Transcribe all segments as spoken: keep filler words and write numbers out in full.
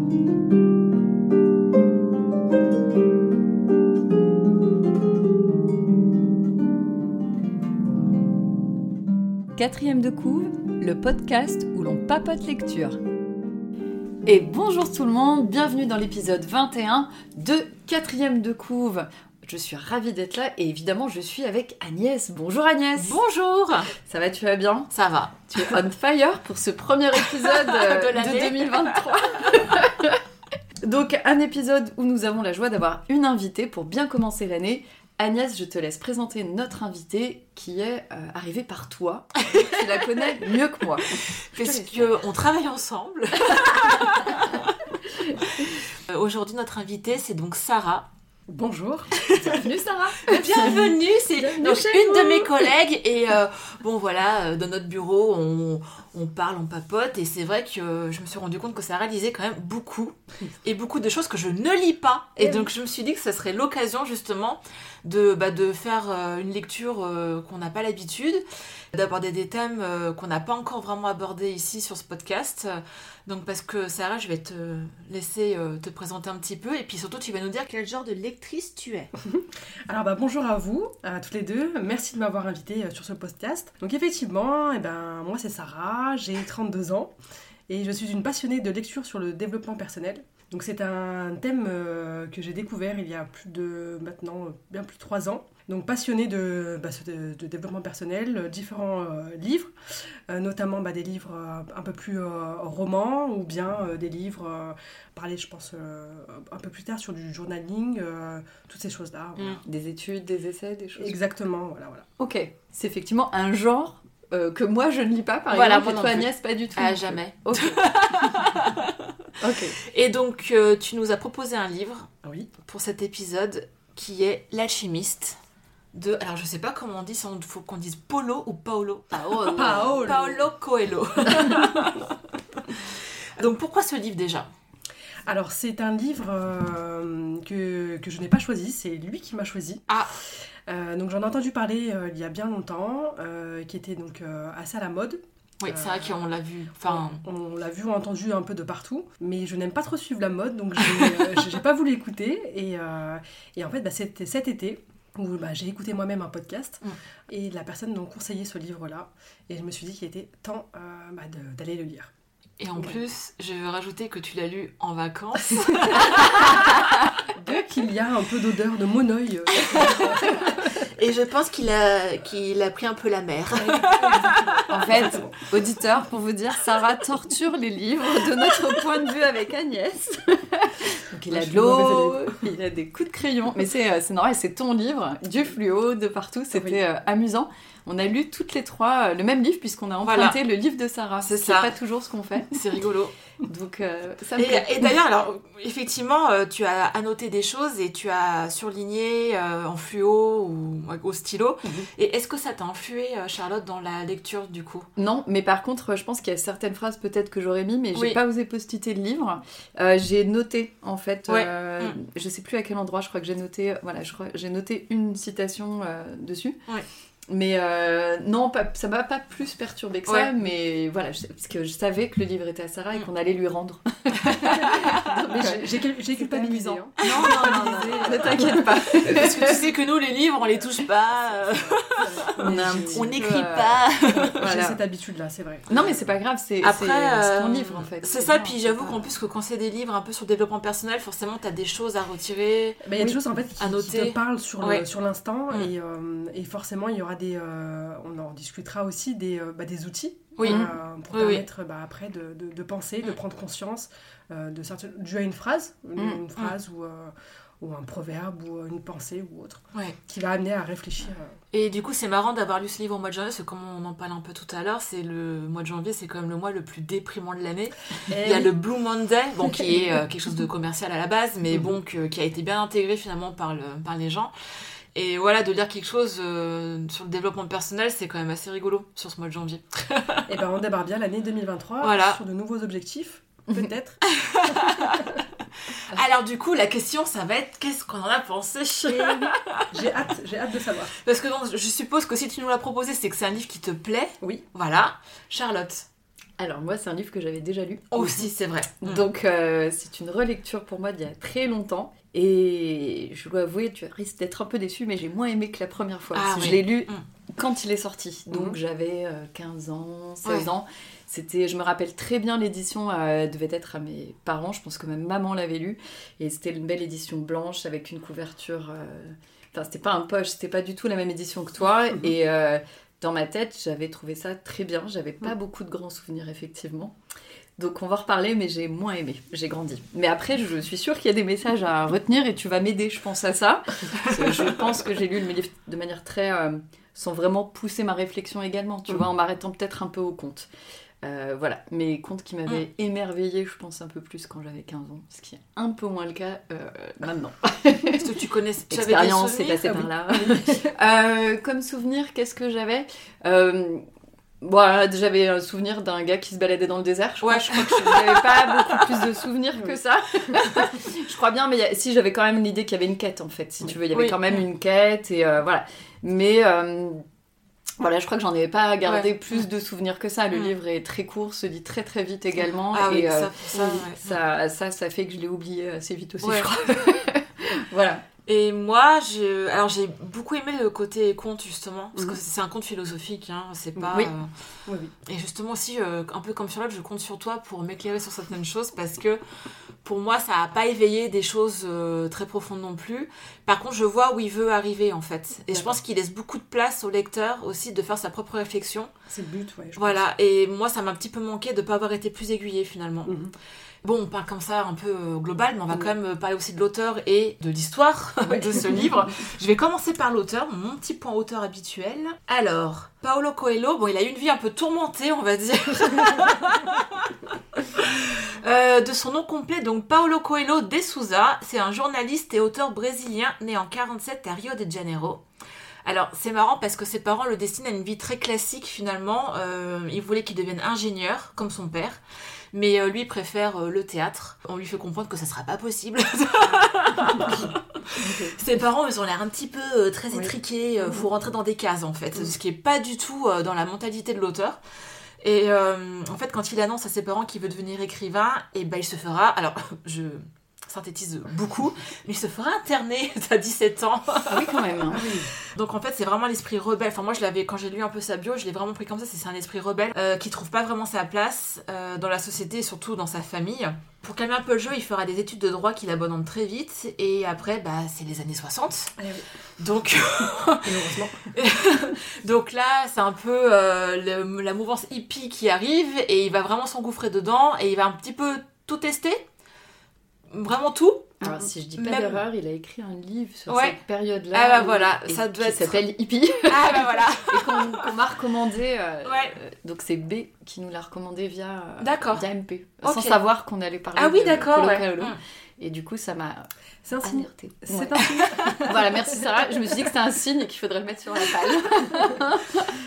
Quatrième de couve, le podcast où l'on papote lecture. Et bonjour tout le monde, bienvenue dans l'épisode vingt et un de Quatrième de couve. Je suis ravie d'être là et évidemment je suis avec Agnès. Bonjour Agnès. Bonjour. Ça va, tu vas bien? Ça va. Tu es on fire pour ce premier épisode de, de deux mille vingt-trois. Donc un épisode où nous avons la joie d'avoir une invitée pour bien commencer l'année. Agnès, je te laisse présenter notre invitée qui est euh, arrivée par toi. Tu la connais mieux que moi. Parce qu'on travaille ensemble. Aujourd'hui, notre invitée, c'est donc Sarah. Bonjour. Bienvenue Sarah. Bienvenue, c'est Bienvenue donc une vous. de mes collègues. Et euh, bon, voilà, dans notre bureau, on, on parle, on papote. Et c'est vrai que je me suis rendu compte que Sarah lisait quand même beaucoup. Et beaucoup de choses que je ne lis pas. Et donc, je me suis dit que ça serait l'occasion, justement, de, bah, de faire euh, une lecture euh, qu'on n'a pas l'habitude, d'aborder des thèmes euh, qu'on n'a pas encore vraiment abordés ici sur ce podcast. Donc parce que Sarah, je vais te laisser euh, te présenter un petit peu et puis surtout tu vas nous dire quel genre de lectrice tu es. Alors bah, bonjour à vous, à toutes les deux, merci de m'avoir invitée sur ce podcast. Donc effectivement, eh ben, moi c'est Sarah, j'ai trente-deux ans et je suis une passionnée de lecture sur le développement personnel. Donc c'est un thème euh, que j'ai découvert il y a plus de, maintenant, bien plus de trois ans. Donc passionnée de, bah, de, de développement personnel, euh, différents euh, livres, euh, notamment bah, des livres euh, un peu plus euh, romans ou bien euh, des livres, euh, parler je pense euh, un peu plus tard sur du journaling, euh, toutes ces choses-là. Voilà. Mmh. Des études, des essais, des choses. Exactement, voilà, voilà. Ok, c'est effectivement un genre euh, que moi je ne lis pas par voilà, exemple, et toi Agnès pas du tout. Ah, jamais. Ok. Ok. Et donc euh, tu nous as proposé un livre Oui. pour cet épisode qui est L'Alchimiste. De, alors je sais pas comment on dit, il faut qu'on dise Paulo ou Paolo. Paolo. Paolo. Paolo Coelho. Donc pourquoi ce livre déjà ? Alors c'est un livre euh, que, que je n'ai pas choisi, c'est lui qui m'a choisi. Ah. Euh, donc j'en ai entendu parler euh, il y a bien longtemps, euh, qui était donc euh, assez à la mode. Oui, c'est vrai qu'on l'a vu. Enfin, on, on l'a vu ou entendu un peu de partout, mais je n'aime pas trop suivre la mode, donc j'ai, euh, j'ai pas voulu écouter. Et, euh, et en fait, bah, c'était cet été où bah, j'ai écouté moi-même un podcast, mm. et la personne m'a conseillé ce livre-là, et je me suis dit qu'il était temps euh, bah, de, d'aller le lire. Et en ouais. plus, je veux rajouter que tu l'as lu en vacances. Donc il y a un peu d'odeur de monoeil. Et je pense qu'il a, qu'il a pris un peu la mer. En fait, auditeur, pour vous dire, Sarah torture les livres de notre point de vue avec Agnès. Donc il a de l'eau, il a des coups de crayon. Mais c'est, c'est normal, c'est ton livre, du fluo, de partout, c'était oui. euh, amusant. On a lu toutes les trois euh, le même livre puisqu'on a emprunté voilà. le livre de Sarah. C'est ça. C'est pas toujours ce qu'on fait. C'est rigolo. Donc euh, ça me et, plaît. Et d'ailleurs, alors effectivement, euh, tu as annoté des choses et tu as surligné euh, en fluo ou au stylo. Mm-hmm. Et est-ce que ça t'a influé, euh, Charlotte, dans la lecture du coup ? Non, mais par contre, je pense qu'il y a certaines phrases peut-être que j'aurais mis, mais j'ai oui. pas osé post-iter le livre. Euh, j'ai noté en fait, ouais. euh, mm. je sais plus à quel endroit. Je crois que j'ai noté, voilà, je crois, j'ai noté une citation euh, dessus. Ouais. Mais euh, non, pas, ça m'a pas plus perturbée que ça, ouais. mais voilà, je, parce que je savais que le livre était à Sarah et qu'on allait lui rendre. Non, mais j'ai, j'ai, j'ai culpabilisé. Hein. Non, non, non, non, ne t'inquiète pas. Parce que tu sais que nous, les livres, on les touche pas, euh... on, a un petit on n'écrit peu, pas. Euh... Voilà. J'ai cette habitude-là, c'est vrai. Non, mais c'est pas grave, c'est, Après, c'est, euh... c'est ton livre en fait. C'est, c'est ça, puis j'avoue qu'en plus, que quand c'est des livres un peu sur le développement personnel, forcément, t'as des choses à retirer. Il bah, y a oui. des choses en fait qui, à noter. qui te parlent sur, le, ouais. sur l'instant, mm. et, euh, et forcément, il y aura des. Euh, on en discutera aussi des, euh, bah, des outils oui. euh, pour oui, permettre oui. bah, après de, de, de penser, mm. de prendre conscience euh, de certaines, dû à une phrase, une, mm. une phrase mm. ou, euh, ou un proverbe ou une pensée ou autre, ouais. qui va amener à réfléchir. Et du coup, c'est marrant d'avoir lu ce livre au mois de janvier, parce que comme on en parlait un peu tout à l'heure, c'est le mois de janvier, c'est quand même le mois le plus déprimant de l'année. Et il y a le Blue Monday, bon, qui est euh, quelque chose de commercial à la base, mais mm. bon, que, qui a été bien intégré finalement par, le, par les gens. Et voilà, de lire quelque chose euh, sur le développement personnel, c'est quand même assez rigolo sur ce mois de janvier. Et ben on débarque bien l'année deux mille vingt-trois voilà. sur de nouveaux objectifs, peut-être. Alors du coup, la question, ça va être qu'est-ce qu'on en a pensé ? J'ai hâte, j'ai hâte de savoir. Parce que bon, je suppose que si tu nous l'as proposé, c'est que c'est un livre qui te plaît. Oui. Voilà. Charlotte ? Alors moi, c'est un livre que j'avais déjà lu. Aussi, c'est vrai. Donc euh, c'est une relecture pour moi d'il y a très longtemps. Et je dois avouer, tu risques d'être un peu déçu, mais j'ai moins aimé que la première fois. Ah, parce que oui. je l'ai lu Mm. quand il est sorti. Donc Mhm. j'avais euh, quinze ans, seize Ouais. ans. C'était, je me rappelle très bien, l'édition euh, devait être à mes parents. Je pense que même maman l'avait lu. Et c'était une belle édition blanche avec une couverture... euh, Enfin, c'était pas un poche, c'était pas du tout la même édition que toi. Mhm. Et euh, dans ma tête, j'avais trouvé ça très bien. J'avais pas Mhm. beaucoup de grands souvenirs, effectivement. Donc on va en reparler, mais j'ai moins aimé, j'ai grandi. Mais après, je suis sûre qu'il y a des messages à retenir et tu vas m'aider, je pense, à ça. Parce que je pense que j'ai lu le livre de manière très... euh, sans vraiment pousser ma réflexion également, tu Mhm. vois, en m'arrêtant peut-être un peu aux contes. Euh, voilà, mes contes qui m'avaient émerveillée, je pense, un peu plus quand j'avais quinze ans, ce qui est un peu moins le cas euh, maintenant. Est-ce que tu connais... Tu avais des L'expérience est souvenirs passée Ah par oui. là. Euh, comme souvenir, qu'est-ce que j'avais euh, Bon, j'avais un souvenir d'un gars qui se baladait dans le désert. Je crois, Ouais. je crois que je n'avais pas beaucoup plus de souvenirs que ça. Je crois bien, mais il y a- si j'avais quand même l'idée qu'il y avait une quête en fait, si tu veux, il y avait Oui. quand même une quête et euh, voilà. Mais euh, voilà, je crois que j'en avais pas gardé Ouais. plus de souvenirs que ça. Le Mm. livre est très court, se lit très très vite également Ah oui, et euh, ça, ça, ouais. ça, ça, ça fait que je l'ai oublié assez vite aussi, Ouais. je crois. Voilà. Et moi, j'ai... Alors, j'ai beaucoup aimé le côté conte, justement, parce que Mhm. c'est un conte philosophique, hein, c'est pas... Oui. euh, Oui, oui. Et justement aussi, euh, un peu comme Charlotte, je compte sur toi pour m'éclairer sur certaines choses, parce que pour moi, ça n'a pas éveillé des choses euh, très profondes non plus. Par contre, je vois où il veut arriver, en fait. Et je pense qu'il laisse beaucoup de place au lecteur aussi de faire sa propre réflexion. C'est le but, ouais. je Voilà, et moi, ça m'a un petit peu manqué de ne pas avoir été plus aiguillée, finalement. pense. Mhm. Bon, on parle comme ça un peu euh, global, mais on va Oui. quand même parler aussi de l'auteur et de l'histoire Oui. de ce livre. Je vais commencer par l'auteur, mon petit point auteur habituel. Alors, Paulo Coelho, bon, il a eu une vie un peu tourmentée, on va dire. Euh, de son nom complet, donc Paulo Coelho de Souza, c'est un journaliste et auteur brésilien né en quarante-sept à Rio de Janeiro. Alors, c'est marrant parce que ses parents le destinent à une vie très classique finalement. Euh, ils voulaient qu'il devienne ingénieur, comme son père. Mais euh, lui, il préfère euh, le théâtre. On lui fait comprendre que ça sera pas possible. Ses parents, ils ont l'air un petit peu euh, très Oui. étriqués. Euh, faut rentrer dans des cases, en fait. Ce qui est pas du tout euh, dans la mentalité de l'auteur. Et euh, en fait, quand il annonce à ses parents qu'il veut devenir écrivain, et ben il se fera... Alors, je synthétise beaucoup, mais il se fera interner à dix-sept ans. Ah oui, quand même. hein. Donc en fait, c'est vraiment l'esprit rebelle. Enfin, moi, je l'avais, quand j'ai lu un peu sa bio, je l'ai vraiment pris comme ça. C'est c'est un esprit rebelle euh, qui trouve pas vraiment sa place euh, dans la société et surtout dans sa famille. Pour calmer un peu le jeu, il fera des études de droit qu'il abandonne très vite. Et après, bah, c'est les années soixante. Ah oui. Donc, Et heureusement. donc là, c'est un peu euh, le- la mouvance hippie qui arrive et il va vraiment s'engouffrer dedans et il va un petit peu tout tester. Vraiment tout. Alors, si je dis pas Même- d'erreur, il a écrit un livre sur Ouais. cette période-là. Ah bah où- voilà, et ça doit qui être- s'appelle Hippie. Ah bah voilà. et qu'on qu'on m'a recommandé. euh, Ouais. euh, donc c'est B qui nous l'a recommandé via, euh, D'accord. via M P. Ok. Sans savoir qu'on allait parler Ah oui, de d'accord. Paulo Ouais. Coelho. Mm. Et du coup, ça m'a C'est un signe. alertée. C'est Ouais. un signe. Voilà, merci Sarah. Je me suis dit que c'était un signe et qu'il faudrait le mettre sur la palle.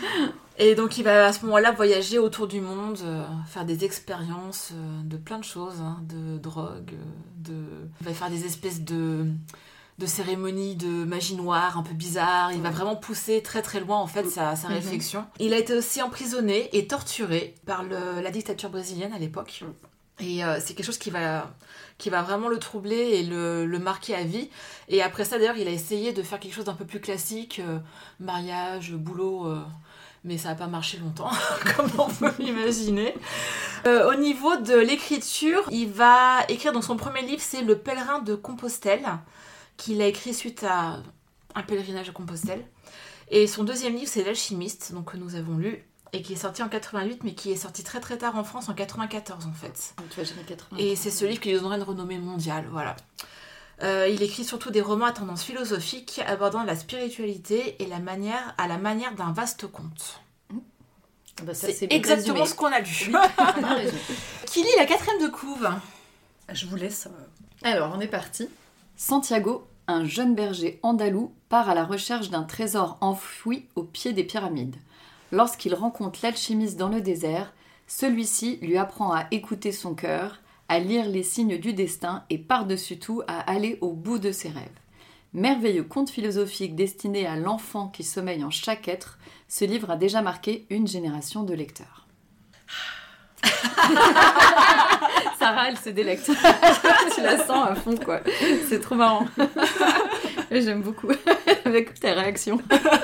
Et donc il va à ce moment-là voyager autour du monde, euh, faire des expériences euh, de plein de choses, hein, de drogue, euh, de... il va faire des espèces de, de cérémonies de magie noire un peu bizarres. Il va vraiment pousser très très loin en fait sa, sa Mhm. réflexion. Il a été aussi emprisonné et torturé par le- la dictature brésilienne à l'époque. Et euh, c'est quelque chose qui va, qui va vraiment le troubler et le, le marquer à vie. Et après ça, d'ailleurs, il a essayé de faire quelque chose d'un peu plus classique, euh, mariage, boulot, euh, mais ça n'a pas marché longtemps, comme on peut l'imaginer. Euh, au niveau de l'écriture, il va écrire, donc son premier livre, c'est Le Pèlerin de Compostelle, qu'il a écrit suite à un pèlerinage à Compostelle. Et son deuxième livre, c'est L'Alchimiste, donc que nous avons lu, et qui est sorti en quatre-vingt-huit, mais qui est sorti très très tard en France, en quatre-vingt-quatorze en fait. Tu vois, j'ai mis quatre-vingts. Et c'est ce livre qui lui donnerait une renommée mondiale, voilà. Euh, il écrit surtout des romans à tendance philosophique, abordant la spiritualité et la manière, à la manière d'un vaste conte. Bah, ça, C'est bien exactement résumé. ce qu'on a lu. Très bien résumé. Qui lit la quatrième de couve? Je vous laisse. euh, Alors, on est parti. Santiago, un jeune berger andalou, part à la recherche d'un trésor enfoui au pied des pyramides. Lorsqu'il rencontre l'alchimiste dans le désert, celui-ci lui apprend à écouter son cœur, à lire les signes du destin et par-dessus tout à aller au bout de ses rêves. Merveilleux conte philosophique destiné à l'enfant qui sommeille en chaque être, ce livre a déjà marqué une génération de lecteurs. Sarah, elle se délecte. Tu la sens à fond, quoi. C'est trop marrant. J'aime beaucoup. Avec tes réactions.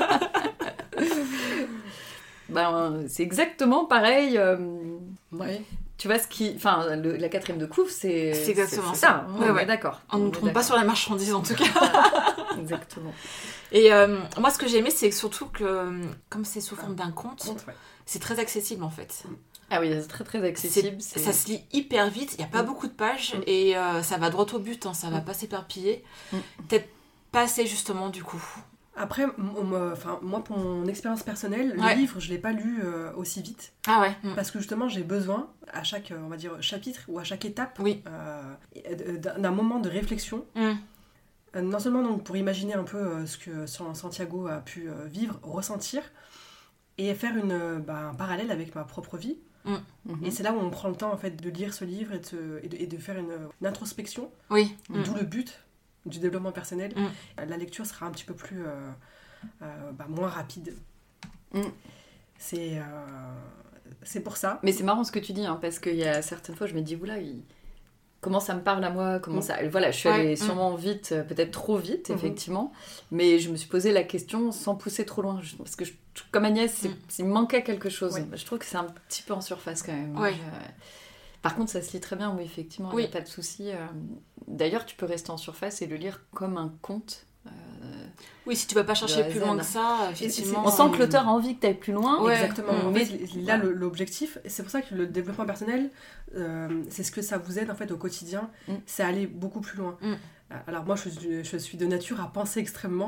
Ben, c'est exactement pareil. Euh... Ouais. Tu vois ce qui... Enfin, le, la quatrième de couve, c'est... C'est exactement c'est, c'est ça. ça. Ouais, ouais. D'accord. On ne trompe pas sur la marchandise, en tout cas. Exactement. Et euh, moi, ce que j'ai aimé, c'est surtout que, comme c'est sous forme d'un conte, Conte, ouais. c'est très accessible, en fait. Ah oui, c'est très très accessible. C'est, ça se lit hyper vite, il n'y a pas Mm. beaucoup de pages, Mm. et euh, ça va droit au but, hein, ça va Mm. pas s'éparpiller. Mm. Peut-être pas assez, justement, du coup. Après, m- m- enfin, moi, pour mon expérience personnelle, Ouais. le livre, je ne l'ai pas lu euh, aussi vite. Ah ouais. Mm. Parce que justement, j'ai besoin, à chaque, euh, on va dire, chapitre ou à chaque étape, Oui. euh, d'un, d'un moment de réflexion. Mm. Euh, Non seulement donc, pour imaginer un peu euh, ce que Santiago a pu euh, vivre, ressentir, et faire une, euh, bah, un parallèle avec ma propre vie. Mhm. Et c'est là où on prend le temps en fait, de lire ce livre et de, se- et de, et de faire une, une introspection, Oui. Mm. d'où le but du développement personnel. Mm. La lecture sera un petit peu plus, euh, euh, bah, moins rapide. Mm. C'est, euh, c'est pour ça. Mais c'est marrant ce que tu dis, hein, parce qu'il y a certaines fois, je me dis, oula, il... comment ça me parle à moi, comment ça... Voilà, je suis Ouais. allée Mm. sûrement vite, euh, peut-être trop vite, Mhm. effectivement, mais je me suis posé la question sans pousser trop loin, je- parce que je... comme Agnès, c'est... Mm. il me manquait quelque chose. Ouais. Je trouve que c'est un petit peu en surface quand même. Ouais. Je- Par contre, ça se lit très bien, oui, effectivement, il n'y Oui. a pas de souci. euh. D'ailleurs, tu peux rester en surface et le lire comme un conte. euh, Oui, si tu vas pas chercher De A à plus Z. loin que ça, effectivement. On sent que l'auteur a envie que tu ailles plus loin. Ouais. Exactement. Mm. En Mais- fait, là, le- l'objectif, et c'est pour ça que le développement personnel, euh, c'est ce que ça vous aide en fait au quotidien, Mm. c'est aller beaucoup plus loin. Mm. Alors moi, je suis, je suis de nature à penser extrêmement,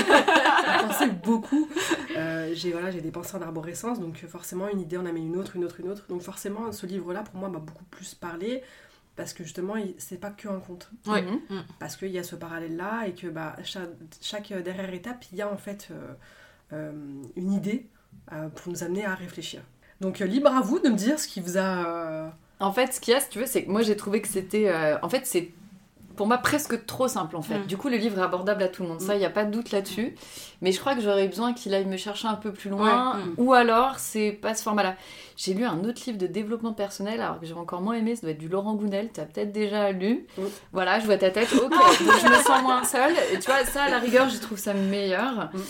à penser beaucoup. Euh, j'ai voilà, j'ai des pensées en arborescence, donc forcément une idée en amène une autre, une autre, une autre. Donc forcément, ce livre-là, pour moi, m'a beaucoup plus parlé. Parce que justement, il- c'est pas que un conte. Ouais. Mhm. Parce qu'il y a ce parallèle-là et que bah, chaque, chaque dernière étape, il y a en fait euh, euh, une idée euh, pour nous amener à réfléchir. Donc euh, libre à vous de me dire ce qui vous a... euh, En fait, ce qu'il y a, si tu veux, c'est que moi j'ai trouvé que c'était. euh, En fait, c'est pour moi presque trop simple en fait. Mm. Du coup, le livre est abordable à tout le monde. Ça, il n'y a pas de doute là-dessus. Mais je crois que j'aurais besoin qu'il aille me chercher un peu plus loin. Ouais. Mm. Ou alors, c'est pas ce format-là. J'ai lu un autre livre de développement personnel, alors que j'ai encore moins aimé. Ça doit être du Laurent Gounel. Tu as peut-être déjà lu. Mm. Voilà, je vois ta tête. Ok, donc je me sens moins seule. Et tu vois, ça, à la rigueur, je trouve ça meilleur. Mm.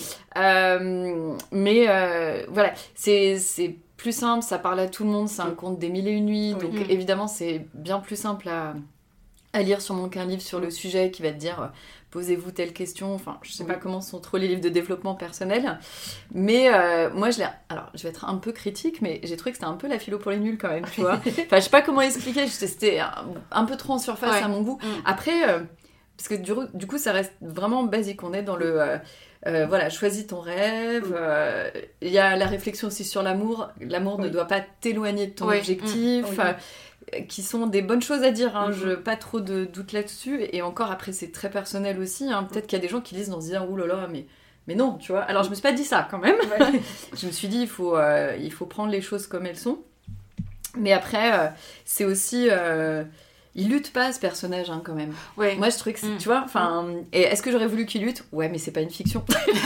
Euh, mais euh, voilà, c'est. c'est plus simple, ça parle à tout le monde, c'est un Mm. conte des mille et une nuits, Oui. donc Mm. évidemment c'est bien plus simple à, à lire sûrement qu'un livre sur le sujet qui va te dire euh, posez-vous telle question, enfin je sais Oui. pas comment sont trop les livres de développement personnel, mais euh, moi je l'ai, alors je vais être un peu critique, mais j'ai trouvé que c'était un peu la philo pour les nuls quand même, tu vois, enfin je sais pas comment expliquer, c'était un, un peu trop en surface Ouais. à mon goût, Mm. après, euh, parce que du, du coup ça reste vraiment basique, on est dans le... euh, Euh, voilà, choisis ton rêve. euh, Il y a la réflexion aussi sur l'amour. L'amour ne Oui. doit pas t'éloigner de ton Oui. objectif. Mm. Oui. euh, qui sont des bonnes choses à dire. Hein, Mm. je, pas trop de doute là-dessus. Et encore, après, c'est très personnel aussi. Hein. Peut-être qu'il y a des gens qui lisent en se disant « Ouh là là, mais, mais non, tu vois. » Alors, je me suis pas dit ça, quand même. ouais. Je me suis dit, il faut, euh, il faut prendre les choses comme elles sont. Mais après, euh, c'est aussi... euh, il lutte pas, ce personnage, hein, quand même. Ouais. Moi, je trouvais que, c'est- Mm. tu vois, enfin... Et est-ce que j'aurais voulu qu'il lutte ? Ouais, mais c'est pas une fiction.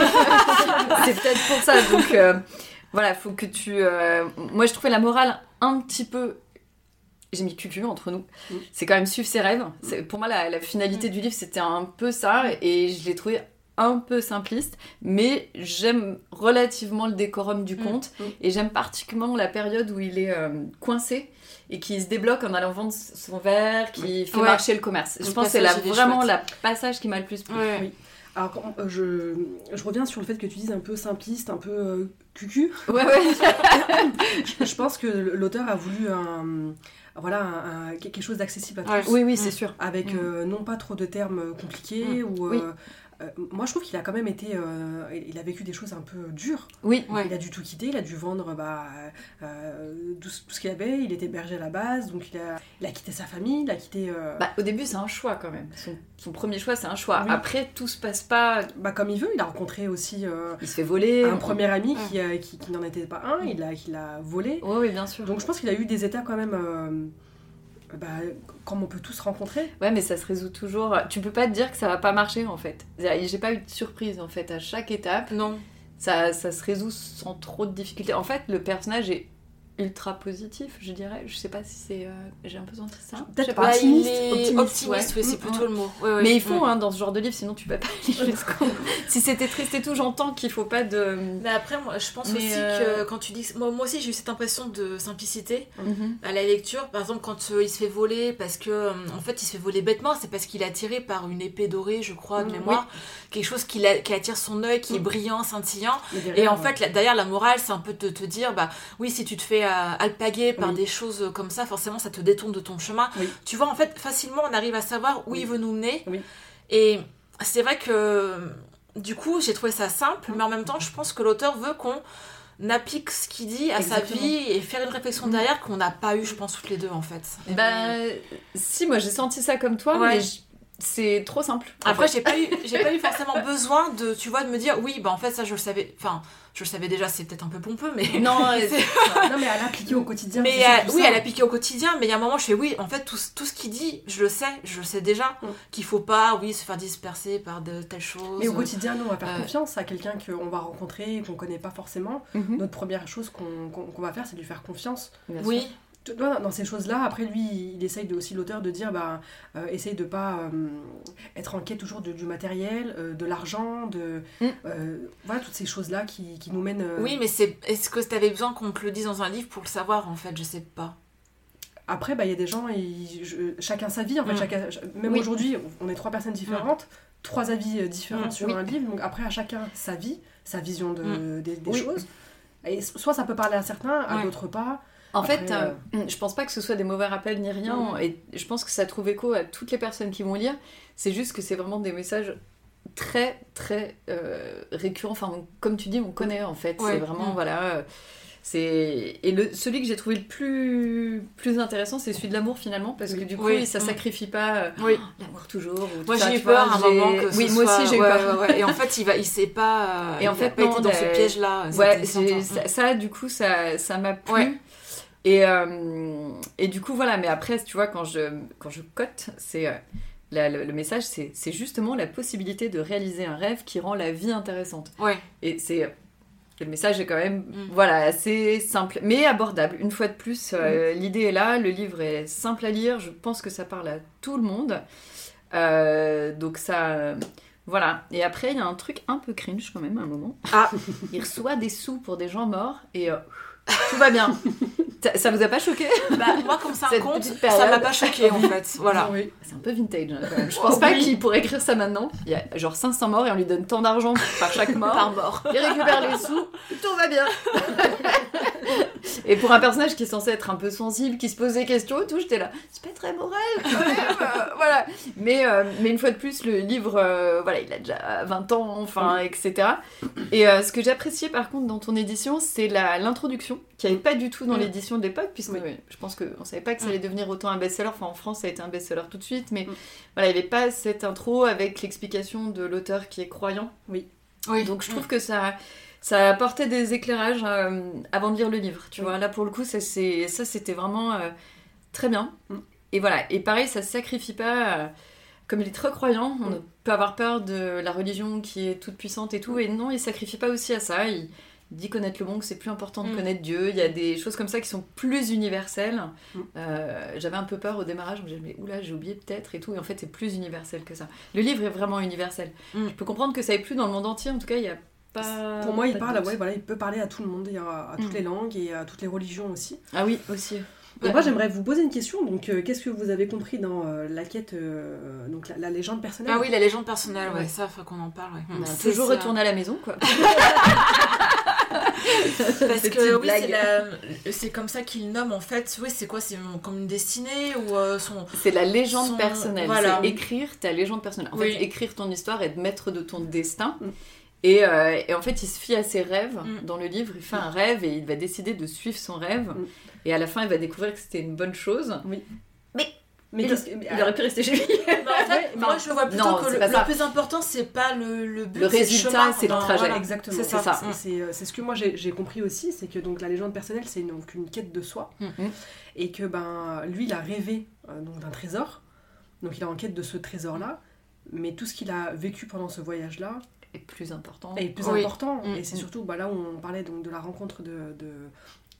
C'est peut-être pour ça. Donc, euh, voilà, faut que tu... euh, Moi, je trouvais la morale un petit peu... J'ai mis cucu entre nous. Mm. C'est quand même suivre ses rêves. C'est, pour moi, la, la finalité du livre, c'était un peu ça. Et je l'ai trouvé un peu simpliste. Mais j'aime relativement le décorum du Mm. conte. Mm. Et j'aime particulièrement la période où il est euh, coincé et qui se débloque en allant vendre son verre, qui fait Ouais. marcher le commerce. Je Le pense que c'est la, passage, il est vraiment chouette. le passage qui m'a le plus plu. Ouais. Oui. Alors quand- euh, je, je reviens sur le fait que tu dises un peu simpliste, un peu euh, cucu. Ouais, ouais. Je pense que l'auteur a voulu un, voilà, un- un- quelque chose d'accessible à tous. Ouais. Oui, oui, c'est Mm. sûr. Avec Mm. euh, non pas trop de termes compliqués Mm. ou euh, Oui. euh, moi je trouve qu'il a quand même été euh, il a vécu des choses un peu dures. Oui. Ouais. Il a dû tout quitter, il a dû vendre bah, euh, tout, ce- tout ce qu'il avait, il était berger à la base, donc il a, il a quitté sa famille, il a quitté euh, bah, Bah, au début, c'est un choix quand même. Son, son premier choix, c'est un choix. Oui. Après, tout se passe pas. bah, comme il veut, il a rencontré aussi euh, Il se fait voler. un premier ami Mm. qui, a- qui, qui n'en était pas un, il l'a il a volé. Oui, oui, bien sûr. Donc je pense qu'il a eu des états quand même euh, bah, comme on peut tous rencontrer. Ouais, mais ça se résout toujours. Tu peux pas te dire que ça va pas marcher en fait. C'est-à-dire, j'ai pas eu de surprise en fait à chaque étape. Non. Ça, ça se résout sans trop de difficultés. En fait, le personnage est ultra positif, je dirais. Je sais pas si c'est... Euh, j'ai un peu senti ça. Peut-être Je sais pas. pas. Ouais, Optimiste, il est optimiste, optimiste, ouais. oui, c'est Mm, plutôt mm. le mot. Ouais, ouais. Mais il faut, Mm. hein, dans ce genre de livre, sinon tu vas pas aller jusqu'au bout. Si c'était triste et tout, j'entends qu'il faut pas de... Mais après, moi, je pense Mais aussi euh... que quand tu dis... Moi, moi aussi, j'ai eu cette impression de simplicité Mm-hmm. à la lecture. Par exemple, quand euh, il se fait voler, parce que... Euh, en fait, il se fait voler bêtement, c'est parce qu'il est attiré par une épée dorée, je crois, de Mm, mémoire. Oui. Quelque chose qui, la, qui attire son œil, qui mm. est brillant, scintillant. Derrière, et en ouais. fait, la, derrière, la morale, c'est un peu de te dire, bah oui, si tu te fais euh, alpaguer par oui. des choses comme ça, forcément, ça te détourne de ton chemin. Oui. Tu vois, en fait, facilement, on arrive à savoir où oui. il veut nous mener. Oui. Et c'est vrai que, du coup, j'ai trouvé ça simple, mais en même temps, je pense que l'auteur veut qu'on applique ce qu'il dit à Exactement. sa vie et faire une réflexion mmh. derrière qu'on n'a pas eu, je pense, toutes les deux, en fait. Bah, mais... si, moi, j'ai senti ça comme toi, ouais. mais... Je... C'est trop simple. Après, j'ai pas eu, j'ai pas eu forcément besoin de, tu vois, de me dire, oui, bah en fait, ça, je le savais. Enfin, je le savais déjà, c'est peut-être un peu pompeux, mais. Non, non mais à l'appliquer au quotidien. Mais à, oui, à l'appliquer au quotidien, mais il y a un moment, je fais, oui, en fait, tout, tout ce qu'il dit, je le sais, je le sais déjà, mm. qu'il faut pas, oui, se faire disperser par de telles choses. Mais au quotidien, nous, on va faire euh... confiance à quelqu'un qu'on va rencontrer et qu'on connaît pas forcément. Mm-hmm. Notre première chose qu'on, qu'on, qu'on va faire, c'est lui faire confiance. Bien oui. Sûr. Dans ces choses-là, après lui, il essaye de, aussi l'auteur de dire, bah, euh, essaye de pas euh, être en quête toujours de, du matériel, euh, de l'argent, de mm. euh, voilà toutes ces choses-là qui, qui nous mènent. Euh... Oui, mais c'est, est-ce que tu avais besoin qu'on te le dise dans un livre pour le savoir en fait, je sais pas. Après, bah il y a des gens, ils, je, chacun sa vie en fait, mm. chacun, même oui. aujourd'hui, on est trois personnes différentes, mm. trois avis différents mm. sur oui. un livre, donc après à chacun sa vie, sa vision de, mm. des, des oui. choses. Et soit ça peut parler à certains, à ouais. d'autres pas. En Après, fait, euh, euh, je pense pas que ce soit des mauvais rappels ni rien, mmh. et je pense que ça trouve écho à toutes les personnes qui vont lire. C'est juste que c'est vraiment des messages très, très euh, récurrents. Enfin, on, comme tu dis, on connaît en fait. Ouais. C'est vraiment, mmh. voilà... Euh, c'est... Et le, celui que j'ai trouvé le plus, plus intéressant, c'est celui de l'amour finalement, parce que du coup, oui. ça mmh. sacrifie pas euh, oui. oh, l'amour toujours. Ou moi, ça, j'ai eu peur à un moment que ce Oui, soit... moi aussi, j'ai ouais, eu peur. Ouais, ouais. Et en fait, il, va, il sait pas... Euh, et en fait, pas non, été dans ce piège-là. Ouais, ça, ça, du coup, ça, ça m'a plu. Ouais. Et, euh, et du coup, voilà, mais après, tu vois, quand je, quand je cote, c'est, euh, la, le, le message, c'est, c'est justement la possibilité de réaliser un rêve qui rend la vie intéressante. Ouais. Et c'est... Le message est quand même mm. voilà, assez simple, mais abordable. Une fois de plus, euh, mm. l'idée est là, le livre est simple à lire, je pense que ça parle à tout le monde. Euh, donc ça... Euh, voilà. Et après, il y a un truc un peu cringe quand même, à un moment. Ah. Il reçoit des sous pour des gens morts et... Euh, tout va bien. Ça, ça vous a pas choqué? Bah, moi, comme ça, un conte, ça m'a pas choqué en fait. Voilà. Oui. C'est un peu vintage. Hein, quand même. Je pense pas oui. qu'il pourrait écrire ça maintenant. Il y a genre cinq cents morts et on lui donne tant d'argent par chaque mort. Par mort. Il récupère les sous, tout va bien. Et pour un personnage qui est censé être un peu sensible, qui se pose des questions et tout, j'étais là. C'est pas très moral quand même. euh, voilà. Mais, euh, mais une fois de plus, le livre, euh, voilà, il a déjà vingt ans, enfin, oui. et cetera. Et euh, ce que j'appréciais par contre dans ton édition, c'est la, l'introduction, qui n'y avait pas du tout dans mmh. l'édition de l'époque, puisque oui. je pense qu'on ne savait pas que ça allait devenir autant un best-seller. Enfin, en France, ça a été un best-seller tout de suite, mais mmh. voilà, il n'y avait pas cette intro avec l'explication de l'auteur qui est croyant. Oui. oui. Donc, je trouve mmh. que ça, ça apportait des éclairages euh, avant de lire le livre. Tu mmh. vois, là, pour le coup, ça, c'est, ça c'était vraiment euh, très bien. Mmh. Et voilà. Et pareil, ça ne se sacrifie pas... Euh, comme il est très croyant, on mmh. peut avoir peur de la religion qui est toute puissante et tout, et non, il ne se sacrifie pas aussi à ça. Il, Il dit connaître le monde, que c'est plus important de mmh. connaître Dieu. Il y a des choses comme ça qui sont plus universelles. Mmh. Euh, j'avais un peu peur au démarrage. Je me disais, mais oula, j'ai oublié peut-être et tout. Et en fait, c'est plus universel que ça. Le livre est vraiment universel. Mmh. Je peux comprendre que ça ait plu dans le monde entier. En tout cas, il y a pas... Pour moi, il, pas parle, ouais, voilà, il peut parler à tout le monde, à, à toutes mmh. les langues et à toutes les religions aussi. Ah oui, aussi. Et ouais. moi, j'aimerais vous poser une question. Donc, euh, qu'est-ce que vous avez compris dans euh, la quête, euh, donc la, la légende personnelle? Ah oui, la légende personnelle, ouais, ouais. ça, faut qu'on en parle. Ouais. On a toujours ça. Retourné à la maison, quoi. Parce que oui, c'est, la... c'est comme ça qu'il nomme en fait. Oui, c'est quoi? C'est comme une destinée ou euh, son. C'est la légende son... personnelle. Voilà. C'est écrire ta légende personnelle. En oui. fait, écrire ton histoire et être maître de ton destin. Mm. Et, euh, et en fait, il se fie à ses rêves. Mm. Dans le livre, il fait un rêve et il va décider de suivre son rêve. Mm. Et à la fin, il va découvrir que c'était une bonne chose. Oui. Mais, mais il, il, il aurait pu rester chez lui. Bah, en fait, ouais, moi, je vois plutôt non, que le, le plus important, c'est pas le, le but, le c'est résultat, le chemin. C'est le trajet. Voilà, exactement. C'est, c'est ça. ça. C'est, c'est ce que moi j'ai, j'ai compris aussi, c'est que donc la légende personnelle, c'est donc une quête de soi, mm-hmm. et que ben lui, il a rêvé euh, donc d'un trésor. Donc il est en quête de ce trésor-là, mais tout ce qu'il a vécu pendant ce voyage-là est plus important. Est plus oui. important. Mm-hmm. Et c'est surtout bah, là où on parlait donc de la rencontre de, de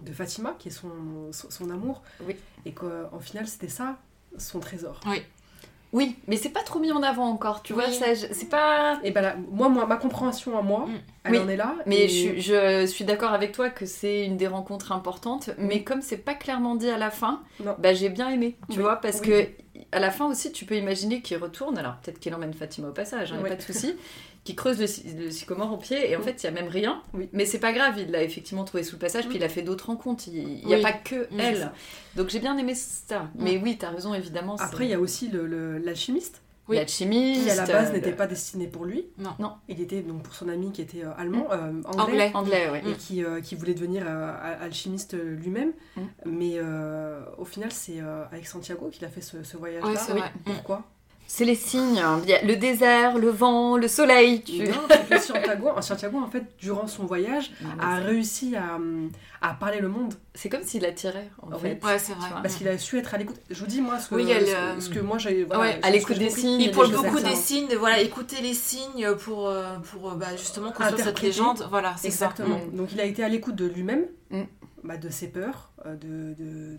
de Fatima, qui est son, son, son amour. Oui. Et qu'en final, c'était ça, son trésor. Oui. Oui, mais c'est pas trop mis en avant encore, tu Oui. vois, ça, je- c'est pas... Et ben là, moi, moi, ma compréhension à moi, Mm. elle Oui, en est là. Mais et- je, suis- je suis d'accord avec toi que c'est une des rencontres importantes, mais comme c'est pas clairement dit à la fin, Non. bah j'ai bien aimé, tu Oui, vois, parce oui. que à la fin aussi, tu peux imaginer qu'il retourne, alors peut-être qu'il emmène Fatima au passage, hein, y a Oui. pas de souci, qu'il creuse le, sy- le sycomore au pied, et en Oui. fait, il y a même rien, Oui. mais c'est pas grave, il l'a effectivement trouvé sous le passage, puis il a fait d'autres rencontres, il y a Oui. pas que Oui, c'est elle. ça. Donc j'ai bien aimé ça, mais oui, t'as raison, évidemment. Après, il y a aussi le, le- l'alchimiste, Oui. l'alchimiste, qui à la base euh, n'était le- pas destiné pour lui. Non. Non. Il était donc pour son ami qui était euh, allemand, euh, anglais. Anglais. anglais, ouais. Et qui, euh, qui voulait devenir euh, alchimiste lui-même. Mm. Mais euh, au final, c'est euh, avec Santiago qu'il a fait ce, ce voyage-là. Ouais, c'est vrai. Pourquoi C'est les signes, hein. Il y a le désert, le vent, le soleil, tu... Non, c'est que Santiago, Santiago, en fait, durant son voyage, Non, mais a c'est- réussi à, à parler le monde. C'est comme s'il attirait, en Oui. fait. Ouais, c'est vrai. tu vois. Parce qu'il a su être à l'écoute. Je vous dis, moi, ce que, Oui, il y a le- ce, ce que moi j'ai. Voilà, Ouais, ce à que l'écoute j'ai des compris. signes. Il des parle choses beaucoup comme des ça. signes, de, voilà, écouter les signes pour, euh, pour euh, bah, justement construire cette Interpréter. légende. Voilà, c'est ça. Exactement. Mm. Donc il a été à l'écoute de lui-même, Mm. bah, de ses peurs, euh, de, de,